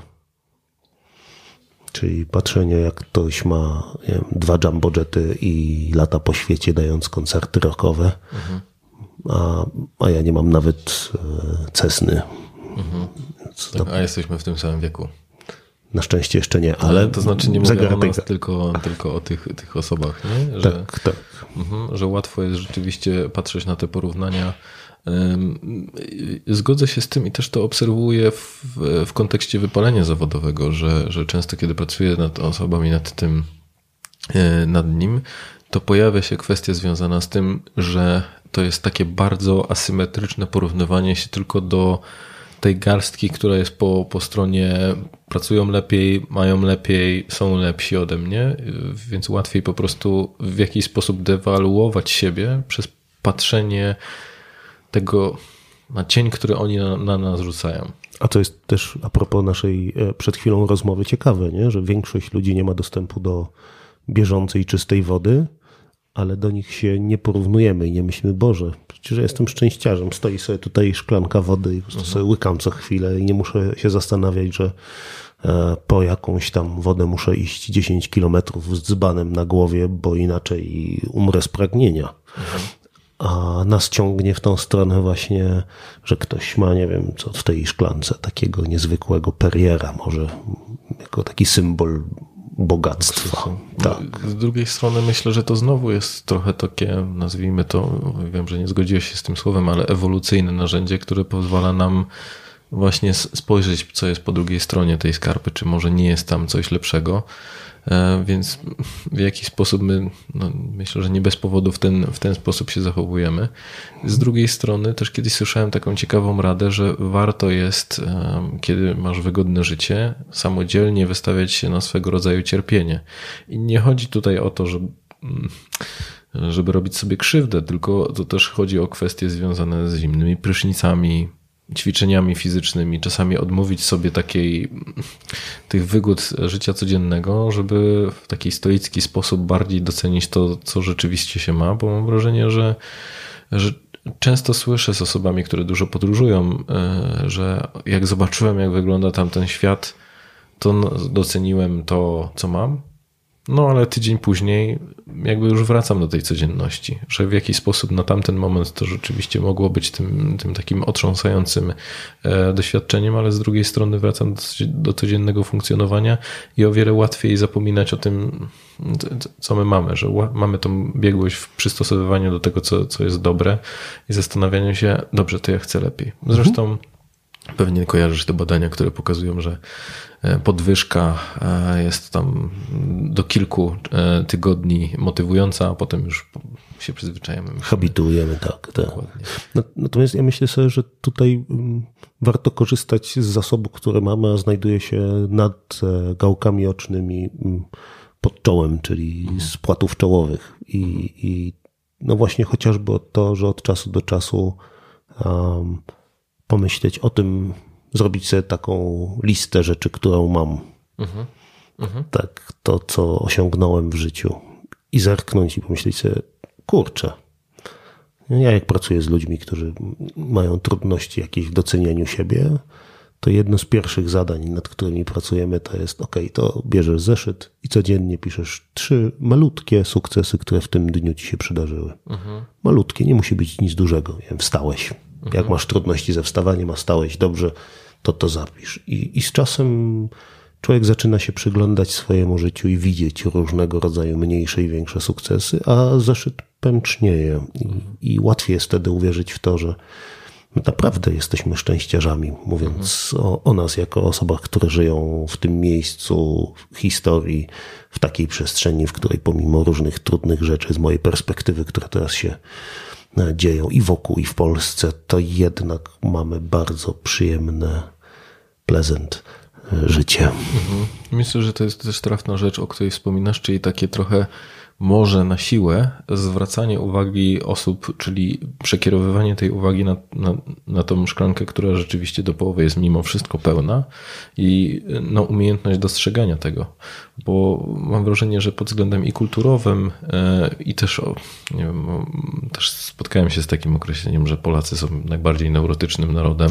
A: Czyli patrzenie, jak ktoś ma, nie wiem, 2 jumbo-jety i lata po świecie, dając koncerty rockowe, a ja nie mam nawet Cessny.
C: Tak, a jesteśmy w tym samym wieku.
A: Na szczęście jeszcze nie, ale
C: to znaczy nie mówię o nas, tylko o tych osobach, nie? Że,
A: tak.
C: Że łatwo jest rzeczywiście patrzeć na te porównania. Zgodzę się z tym i też to obserwuję w kontekście wypalenia zawodowego, że często kiedy pracuję nad osobami nad nim, to pojawia się kwestia związana z tym, że to jest takie bardzo asymetryczne porównywanie się tylko do tej garstki, która jest po stronie pracują lepiej, mają lepiej, są lepsi ode mnie, więc łatwiej po prostu w jakiś sposób dewaluować siebie przez patrzenie tego na cień, który oni na nas rzucają.
A: A to jest też a propos naszej przed chwilą rozmowy ciekawe, nie? Że większość ludzi nie ma dostępu do bieżącej, czystej wody, ale do nich się nie porównujemy i nie myślimy, Boże, przecież ja jestem szczęściarzem, stoi sobie tutaj szklanka wody i po prostu sobie łykam co chwilę i nie muszę się zastanawiać, że po jakąś tam wodę muszę iść 10 kilometrów z dzbanem na głowie, bo inaczej umrę z pragnienia. A nas ciągnie w tą stronę właśnie, że ktoś ma, nie wiem, co w tej szklance, takiego niezwykłego Perriera, może jako taki symbol bogactwa. Tak.
C: Z drugiej strony myślę, że to znowu jest trochę takie, nazwijmy to, wiem, że nie zgodziłeś się z tym słowem, ale ewolucyjne narzędzie, które pozwala nam właśnie spojrzeć, co jest po drugiej stronie tej skarpy, czy może nie jest tam coś lepszego. Więc w jakiś sposób my, myślę, że nie bez powodu w ten sposób się zachowujemy. Z drugiej strony też kiedyś słyszałem taką ciekawą radę, że warto jest, kiedy masz wygodne życie, samodzielnie wystawiać się na swego rodzaju cierpienie. I nie chodzi tutaj o to, żeby robić sobie krzywdę, tylko to też chodzi o kwestie związane z zimnymi prysznicami, ćwiczeniami fizycznymi, czasami odmówić sobie tych wygód życia codziennego, żeby w taki stoicki sposób bardziej docenić to, co rzeczywiście się ma, bo mam wrażenie, że często słyszę z osobami, które dużo podróżują, że jak zobaczyłem, jak wygląda tamten świat, to doceniłem to, co mam. No ale tydzień później jakby już wracam do tej codzienności, że w jakiś sposób na tamten moment to rzeczywiście mogło być tym takim otrząsającym doświadczeniem, ale z drugiej strony wracam do codziennego funkcjonowania i o wiele łatwiej zapominać o tym, co my mamy, że mamy tą biegłość w przystosowywaniu do tego, co jest dobre i zastanawianiu się, dobrze, to ja chcę lepiej. Zresztą pewnie kojarzysz te badania, które pokazują, że podwyżka jest tam do kilku tygodni motywująca, a potem już się przyzwyczajamy.
A: Habituujemy, tak. Natomiast ja myślę sobie, że tutaj warto korzystać z zasobów, które mamy, a znajduje się nad gałkami ocznymi pod czołem, czyli z płatów czołowych. I no właśnie chociażby o to, że od czasu do czasu pomyśleć o tym, zrobić sobie taką listę rzeczy, którą mam. Tak, to co osiągnąłem w życiu i zerknąć i pomyśleć sobie, kurczę, ja jak pracuję z ludźmi, którzy mają trudności jakieś w docenianiu siebie, to jedno z pierwszych zadań, nad którymi pracujemy, to jest to bierzesz zeszyt i codziennie piszesz 3 malutkie sukcesy, które w tym dniu ci się przydarzyły. Malutkie, nie musi być nic dużego. Nie wiem, wstałeś. Jak masz trudności ze wstawaniem, a stałeś dobrze, to zapisz. I z czasem człowiek zaczyna się przyglądać swojemu życiu i widzieć różnego rodzaju mniejsze i większe sukcesy, a zeszyt pęcznieje. I łatwiej jest wtedy uwierzyć w to, że my naprawdę jesteśmy szczęściarzami, mówiąc o nas jako osobach, które żyją w tym miejscu historii, w takiej przestrzeni, w której pomimo różnych trudnych rzeczy z mojej perspektywy, które teraz się dzieją i wokół, i w Polsce, to jednak mamy bardzo przyjemne, pleasant życie.
C: Myślę, że to jest też trafna rzecz, o której wspominasz, czyli takie trochę może na siłę zwracanie uwagi osób, czyli przekierowywanie tej uwagi na tą szklankę, która rzeczywiście do połowy jest mimo wszystko pełna i umiejętność dostrzegania tego, bo mam wrażenie, że pod względem i kulturowym i też, nie wiem, też spotkałem się z takim określeniem, że Polacy są najbardziej neurotycznym narodem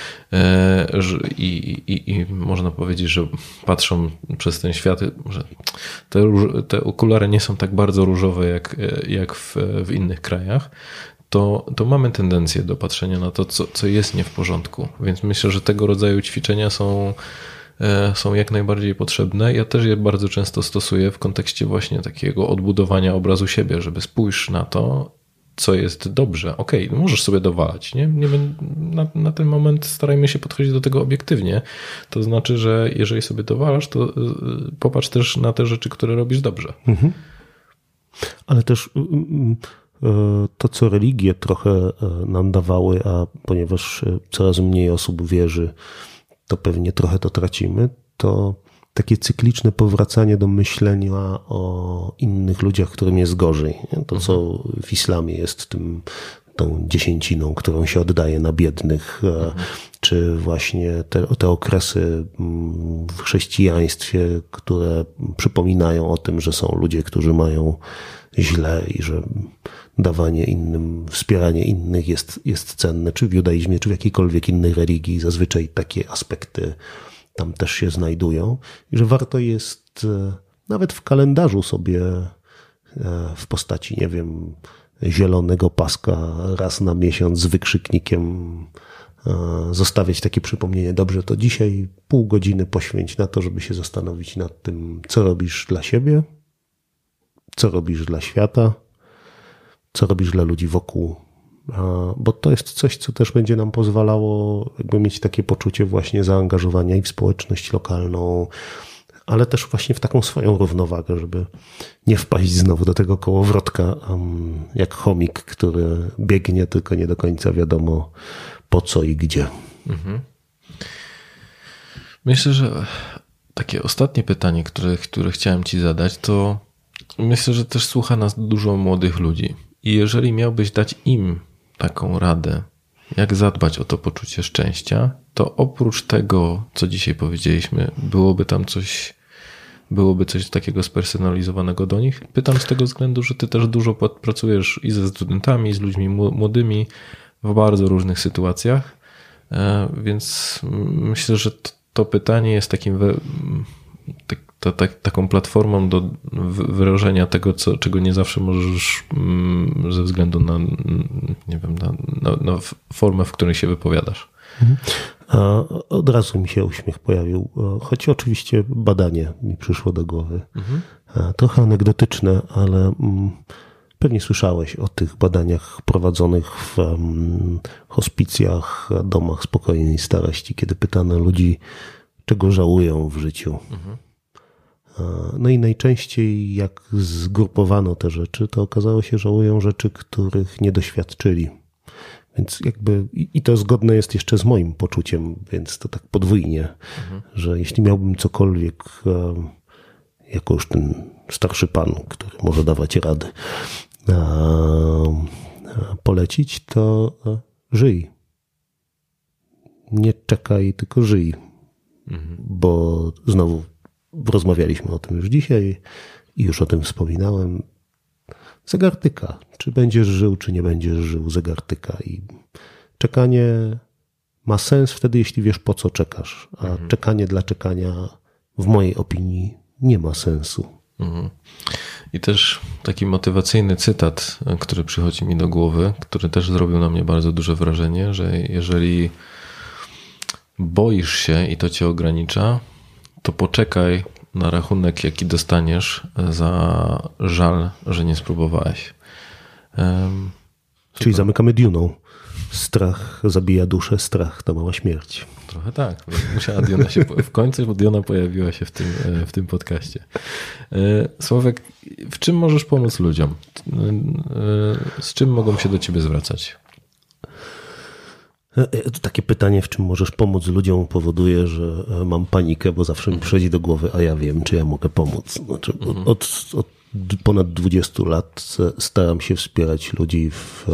C: i można powiedzieć, że patrzą przez ten świat, że te okulary nie są tak bardzo różowe jak w innych krajach, to mamy tendencję do patrzenia na to, co jest nie w porządku. Więc myślę, że tego rodzaju ćwiczenia są jak najbardziej potrzebne. Ja też je bardzo często stosuję w kontekście właśnie takiego odbudowania obrazu siebie, żeby spójrz na to, co jest dobrze. Okej, możesz sobie dowalać. Nie? Na ten moment starajmy się podchodzić do tego obiektywnie. To znaczy, że jeżeli sobie dowalasz, to popatrz też na te rzeczy, które robisz dobrze.
A: Ale też to, co religie trochę nam dawały, a ponieważ coraz mniej osób wierzy, to pewnie trochę to tracimy, to takie cykliczne powracanie do myślenia o innych ludziach, którym jest gorzej. To, co w islamie jest tą dziesięciną, którą się oddaje na biednych, czy właśnie te okresy w chrześcijaństwie, które przypominają o tym, że są ludzie, którzy mają źle i że dawanie innym, wspieranie innych jest cenne, czy w judaizmie, czy w jakiejkolwiek innej religii. Zazwyczaj takie aspekty tam też się znajdują i że warto jest nawet w kalendarzu sobie w postaci, nie wiem, zielonego paska raz na miesiąc z wykrzyknikiem zostawiać takie przypomnienie. Dobrze, to dzisiaj pół godziny poświęć na to, żeby się zastanowić nad tym, co robisz dla siebie, co robisz dla świata, co robisz dla ludzi wokół. Bo to jest coś, co też będzie nam pozwalało jakby mieć takie poczucie właśnie zaangażowania i w społeczność lokalną, ale też właśnie w taką swoją równowagę, żeby nie wpaść znowu do tego kołowrotka jak chomik, który biegnie, tylko nie do końca wiadomo po co i gdzie.
C: Myślę, że takie ostatnie pytanie, które chciałem ci zadać, to myślę, że też słucha nas dużo młodych ludzi. I jeżeli miałbyś dać im taką radę, jak zadbać o to poczucie szczęścia, to oprócz tego, co dzisiaj powiedzieliśmy, byłoby coś takiego spersonalizowanego do nich? Pytam z tego względu, że ty też dużo pracujesz i ze studentami, i z ludźmi młodymi w bardzo różnych sytuacjach, więc myślę, że to pytanie jest taką platformą do wyrażenia tego, czego nie zawsze możesz ze względu na, nie wiem, na formę, w której się wypowiadasz.
A: Od razu mi się uśmiech pojawił, choć oczywiście badanie mi przyszło do głowy. Trochę anegdotyczne, ale pewnie słyszałeś o tych badaniach prowadzonych w hospicjach, domach spokojnej starości, kiedy pytano ludzi, czego żałują w życiu. No i najczęściej jak zgrupowano te rzeczy, to okazało się, że żałują rzeczy, których nie doświadczyli. Więc jakby, i to zgodne jest jeszcze z moim poczuciem, więc to tak podwójnie, że jeśli miałbym cokolwiek, jako już ten starszy pan, który może dawać rady, polecić, to żyj. Nie czekaj, tylko żyj. Bo znowu rozmawialiśmy o tym już dzisiaj i już o tym wspominałem. Zegar tyka. Czy będziesz żył, czy nie będziesz żył, zegar tyka. I czekanie ma sens wtedy, jeśli wiesz, po co czekasz. A czekanie dla czekania, w mojej opinii, nie ma sensu.
C: I też taki motywacyjny cytat, który przychodzi mi do głowy, który też zrobił na mnie bardzo duże wrażenie, że jeżeli boisz się i to cię ogranicza, to poczekaj na rachunek, jaki dostaniesz za żal, że nie spróbowałeś.
A: Czyli zamykamy Duną. Strach zabija duszę, strach to mała śmierć.
C: Trochę tak. Musiała Diona się w końcu, bo Diona pojawiła się w tym podcaście. Sławek, w czym możesz pomóc ludziom? Z czym mogą się do ciebie zwracać?
A: Takie pytanie, w czym możesz pomóc ludziom, powoduje, że mam panikę, bo zawsze mi przychodzi do głowy, a ja wiem, czy ja mogę pomóc. Znaczy, od ponad 20 lat staram się wspierać ludzi w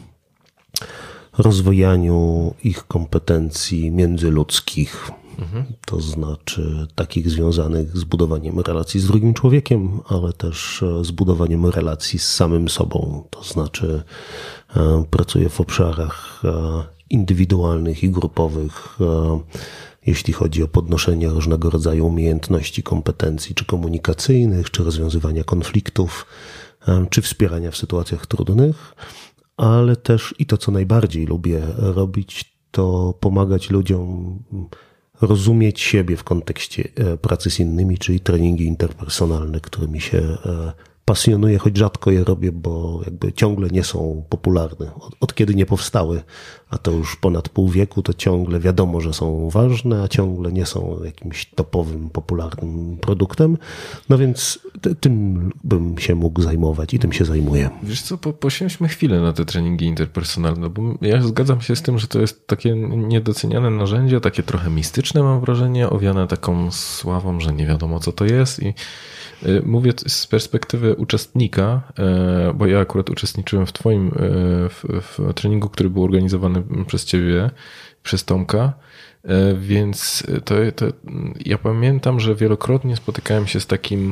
A: rozwijaniu ich kompetencji międzyludzkich. To znaczy takich związanych z budowaniem relacji z drugim człowiekiem, ale też z budowaniem relacji z samym sobą. To znaczy pracuję w obszarach indywidualnych i grupowych, jeśli chodzi o podnoszenie różnego rodzaju umiejętności, kompetencji, czy komunikacyjnych, czy rozwiązywania konfliktów, czy wspierania w sytuacjach trudnych, ale też i to, co najbardziej lubię robić, to pomagać ludziom rozumieć siebie w kontekście pracy z innymi, czyli treningi interpersonalne, którymi się pasjonuję, choć rzadko je robię, bo jakby ciągle nie są popularne. Od kiedy nie powstały, a to już ponad pół wieku, to ciągle wiadomo, że są ważne, a ciągle nie są jakimś topowym, popularnym produktem. No więc tym bym się mógł zajmować i tym się zajmuję.
C: Wiesz co, poświęćmy chwilę na te treningi interpersonalne, bo ja zgadzam się z tym, że to jest takie niedoceniane narzędzie, takie trochę mistyczne, mam wrażenie, owiane taką sławą, że nie wiadomo, co to jest. I mówię z perspektywy uczestnika, bo ja akurat uczestniczyłem w twoim w treningu, który był organizowany przez ciebie, przez Tomka, więc to ja pamiętam, że wielokrotnie spotykałem się z takim,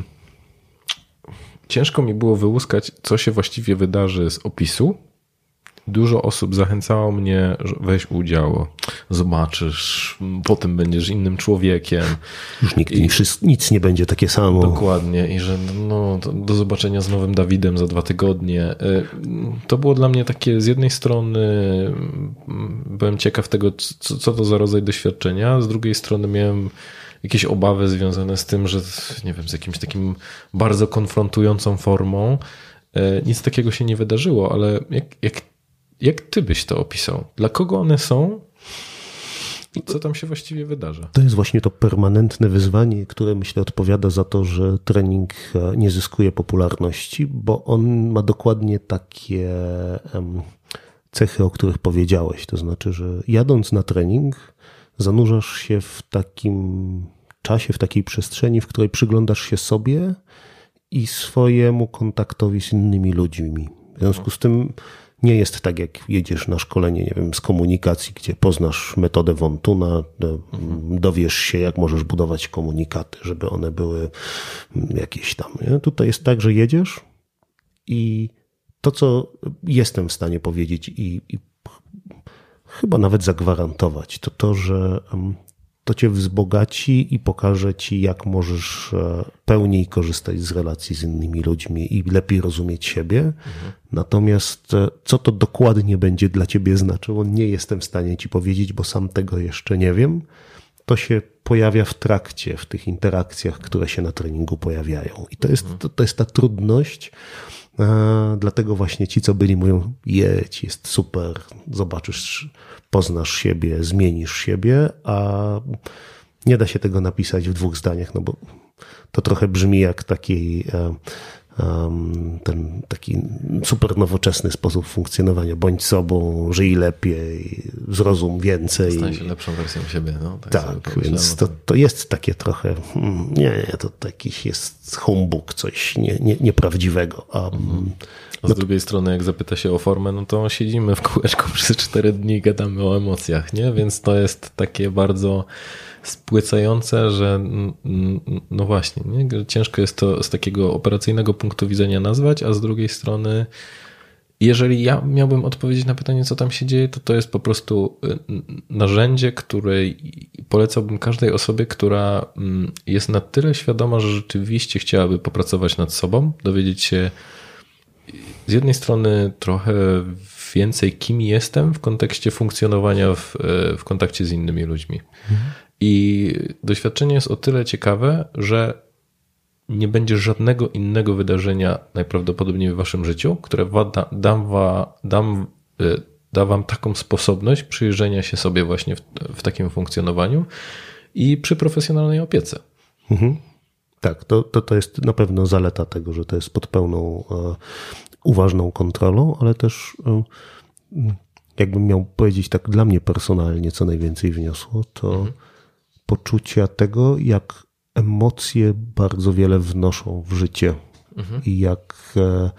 C: ciężko mi było wyłuskać, co się właściwie wydarzy z opisu. Dużo osób zachęcało mnie, że weź udział, zobaczysz, potem będziesz innym człowiekiem.
A: Już nic nie będzie takie samo.
C: Dokładnie i że do zobaczenia z nowym Dawidem za 2 tygodnie. To było dla mnie takie, z jednej strony byłem ciekaw tego, co to za rodzaj doświadczenia, z drugiej strony miałem jakieś obawy związane z tym, że nie wiem, z jakimś takim bardzo konfrontującą formą. Nic takiego się nie wydarzyło, ale jak ty byś to opisał? Dla kogo one są i co tam się właściwie wydarza?
A: To jest właśnie to permanentne wyzwanie, które myślę odpowiada za to, że trening nie zyskuje popularności, bo on ma dokładnie takie cechy, o których powiedziałeś. To znaczy, że jadąc na trening zanurzasz się w takim czasie, w takiej przestrzeni, w której przyglądasz się sobie i swojemu kontaktowi z innymi ludźmi. W związku z tym nie jest tak, jak jedziesz na szkolenie, nie wiem, z komunikacji, gdzie poznasz metodę von Thuna, dowiesz się, jak możesz budować komunikaty, żeby one były jakieś tam. Nie? Tutaj jest tak, że jedziesz i to, co jestem w stanie powiedzieć i chyba nawet zagwarantować, to, że to cię wzbogaci i pokaże ci, jak możesz pełniej korzystać z relacji z innymi ludźmi i lepiej rozumieć siebie. Natomiast co to dokładnie będzie dla ciebie znaczyło, nie jestem w stanie ci powiedzieć, bo sam tego jeszcze nie wiem. To się pojawia w trakcie, w tych interakcjach, które się na treningu pojawiają. I to jest ta trudność. Dlatego właśnie ci, co byli, mówią: jedź, jest super, zobaczysz, poznasz siebie, zmienisz siebie, a nie da się tego napisać w 2 zdaniach, no bo to trochę brzmi jak ten taki super nowoczesny sposób funkcjonowania. Bądź sobą, żyj lepiej, zrozum więcej.
C: Stań się lepszą wersją siebie. No,
A: tak, więc to jest takie trochę, to jakiś jest humbug, coś nieprawdziwego.
C: A z drugiej strony, jak zapyta się o formę, no to siedzimy w kółeczku przez 4 dni i gadamy o emocjach, nie? Więc to jest takie bardzo spłycające, że no właśnie, nie? Ciężko jest to z takiego operacyjnego punktu widzenia nazwać, a z drugiej strony, jeżeli ja miałbym odpowiedzieć na pytanie, co tam się dzieje, to jest po prostu narzędzie, które polecałbym każdej osobie, która jest na tyle świadoma, że rzeczywiście chciałaby popracować nad sobą, dowiedzieć się z jednej strony trochę więcej, kim jestem w kontekście funkcjonowania w kontakcie z innymi ludźmi. I doświadczenie jest o tyle ciekawe, że nie będzie żadnego innego wydarzenia najprawdopodobniej w waszym życiu, które da wam taką sposobność przyjrzenia się sobie właśnie w takim funkcjonowaniu i przy profesjonalnej opiece.
A: Tak, to jest na pewno zaleta tego, że to jest pod pełną uważną kontrolą, ale też jakbym miał powiedzieć tak dla mnie personalnie, co najwięcej wniosło, to poczucia tego, jak emocje bardzo wiele wnoszą w życie i jak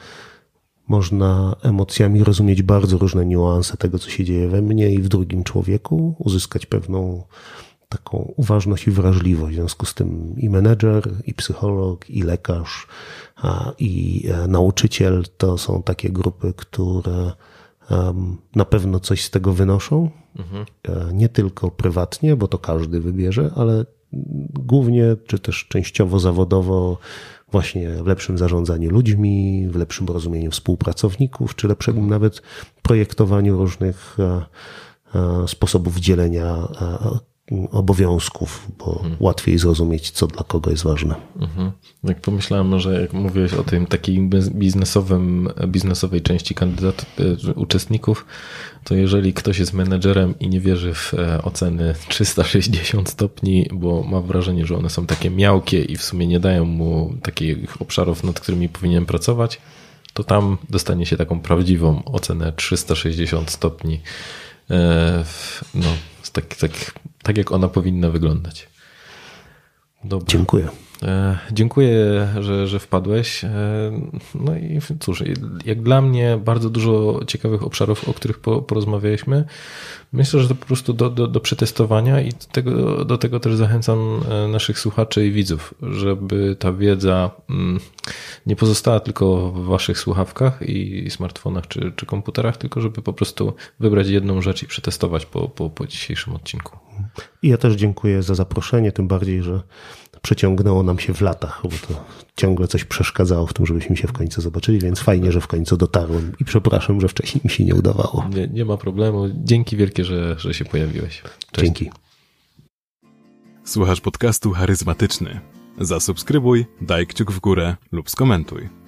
A: można emocjami rozumieć bardzo różne niuanse tego, co się dzieje we mnie i w drugim człowieku, uzyskać pewną taką uważność i wrażliwość. W związku z tym i menedżer, i psycholog, i lekarz, i nauczyciel to są takie grupy, które na pewno coś z tego wynoszą. Nie tylko prywatnie, bo to każdy wybierze, ale głównie, czy też częściowo zawodowo, właśnie w lepszym zarządzaniu ludźmi, w lepszym rozumieniu współpracowników, czy lepszym nawet projektowaniu różnych sposobów dzielenia obowiązków, bo łatwiej zrozumieć, co dla kogo jest ważne.
C: Jak pomyślałem, że jak mówiłeś o tym takiej biznesowej części uczestników, to jeżeli ktoś jest menedżerem i nie wierzy w oceny 360 stopni, bo ma wrażenie, że one są takie miałkie i w sumie nie dają mu takich obszarów, nad którymi powinien pracować, to tam dostanie się taką prawdziwą ocenę 360 stopni. No, tak jak ona powinna wyglądać. Dobra.
A: Dziękuję.
C: Dziękuję, że wpadłeś. No i cóż, jak dla mnie bardzo dużo ciekawych obszarów, o których porozmawialiśmy. Myślę, że to po prostu do przetestowania i do tego też zachęcam naszych słuchaczy i widzów, żeby ta wiedza nie pozostała tylko w waszych słuchawkach i smartfonach czy komputerach, tylko żeby po prostu wybrać jedną rzecz i przetestować po dzisiejszym odcinku.
A: I ja też dziękuję za zaproszenie, tym bardziej, że przeciągnęło nam się w latach, bo to ciągle coś przeszkadzało w tym, żebyśmy się w końcu zobaczyli, więc fajnie, że w końcu dotarłem i przepraszam, że wcześniej mi się nie udawało.
C: Nie ma problemu. Dzięki wielkie, że się pojawiłeś. Cześć.
A: Dzięki.
B: Słuchasz podcastu Charyzmatyczny. Zasubskrybuj, daj kciuk w górę lub skomentuj.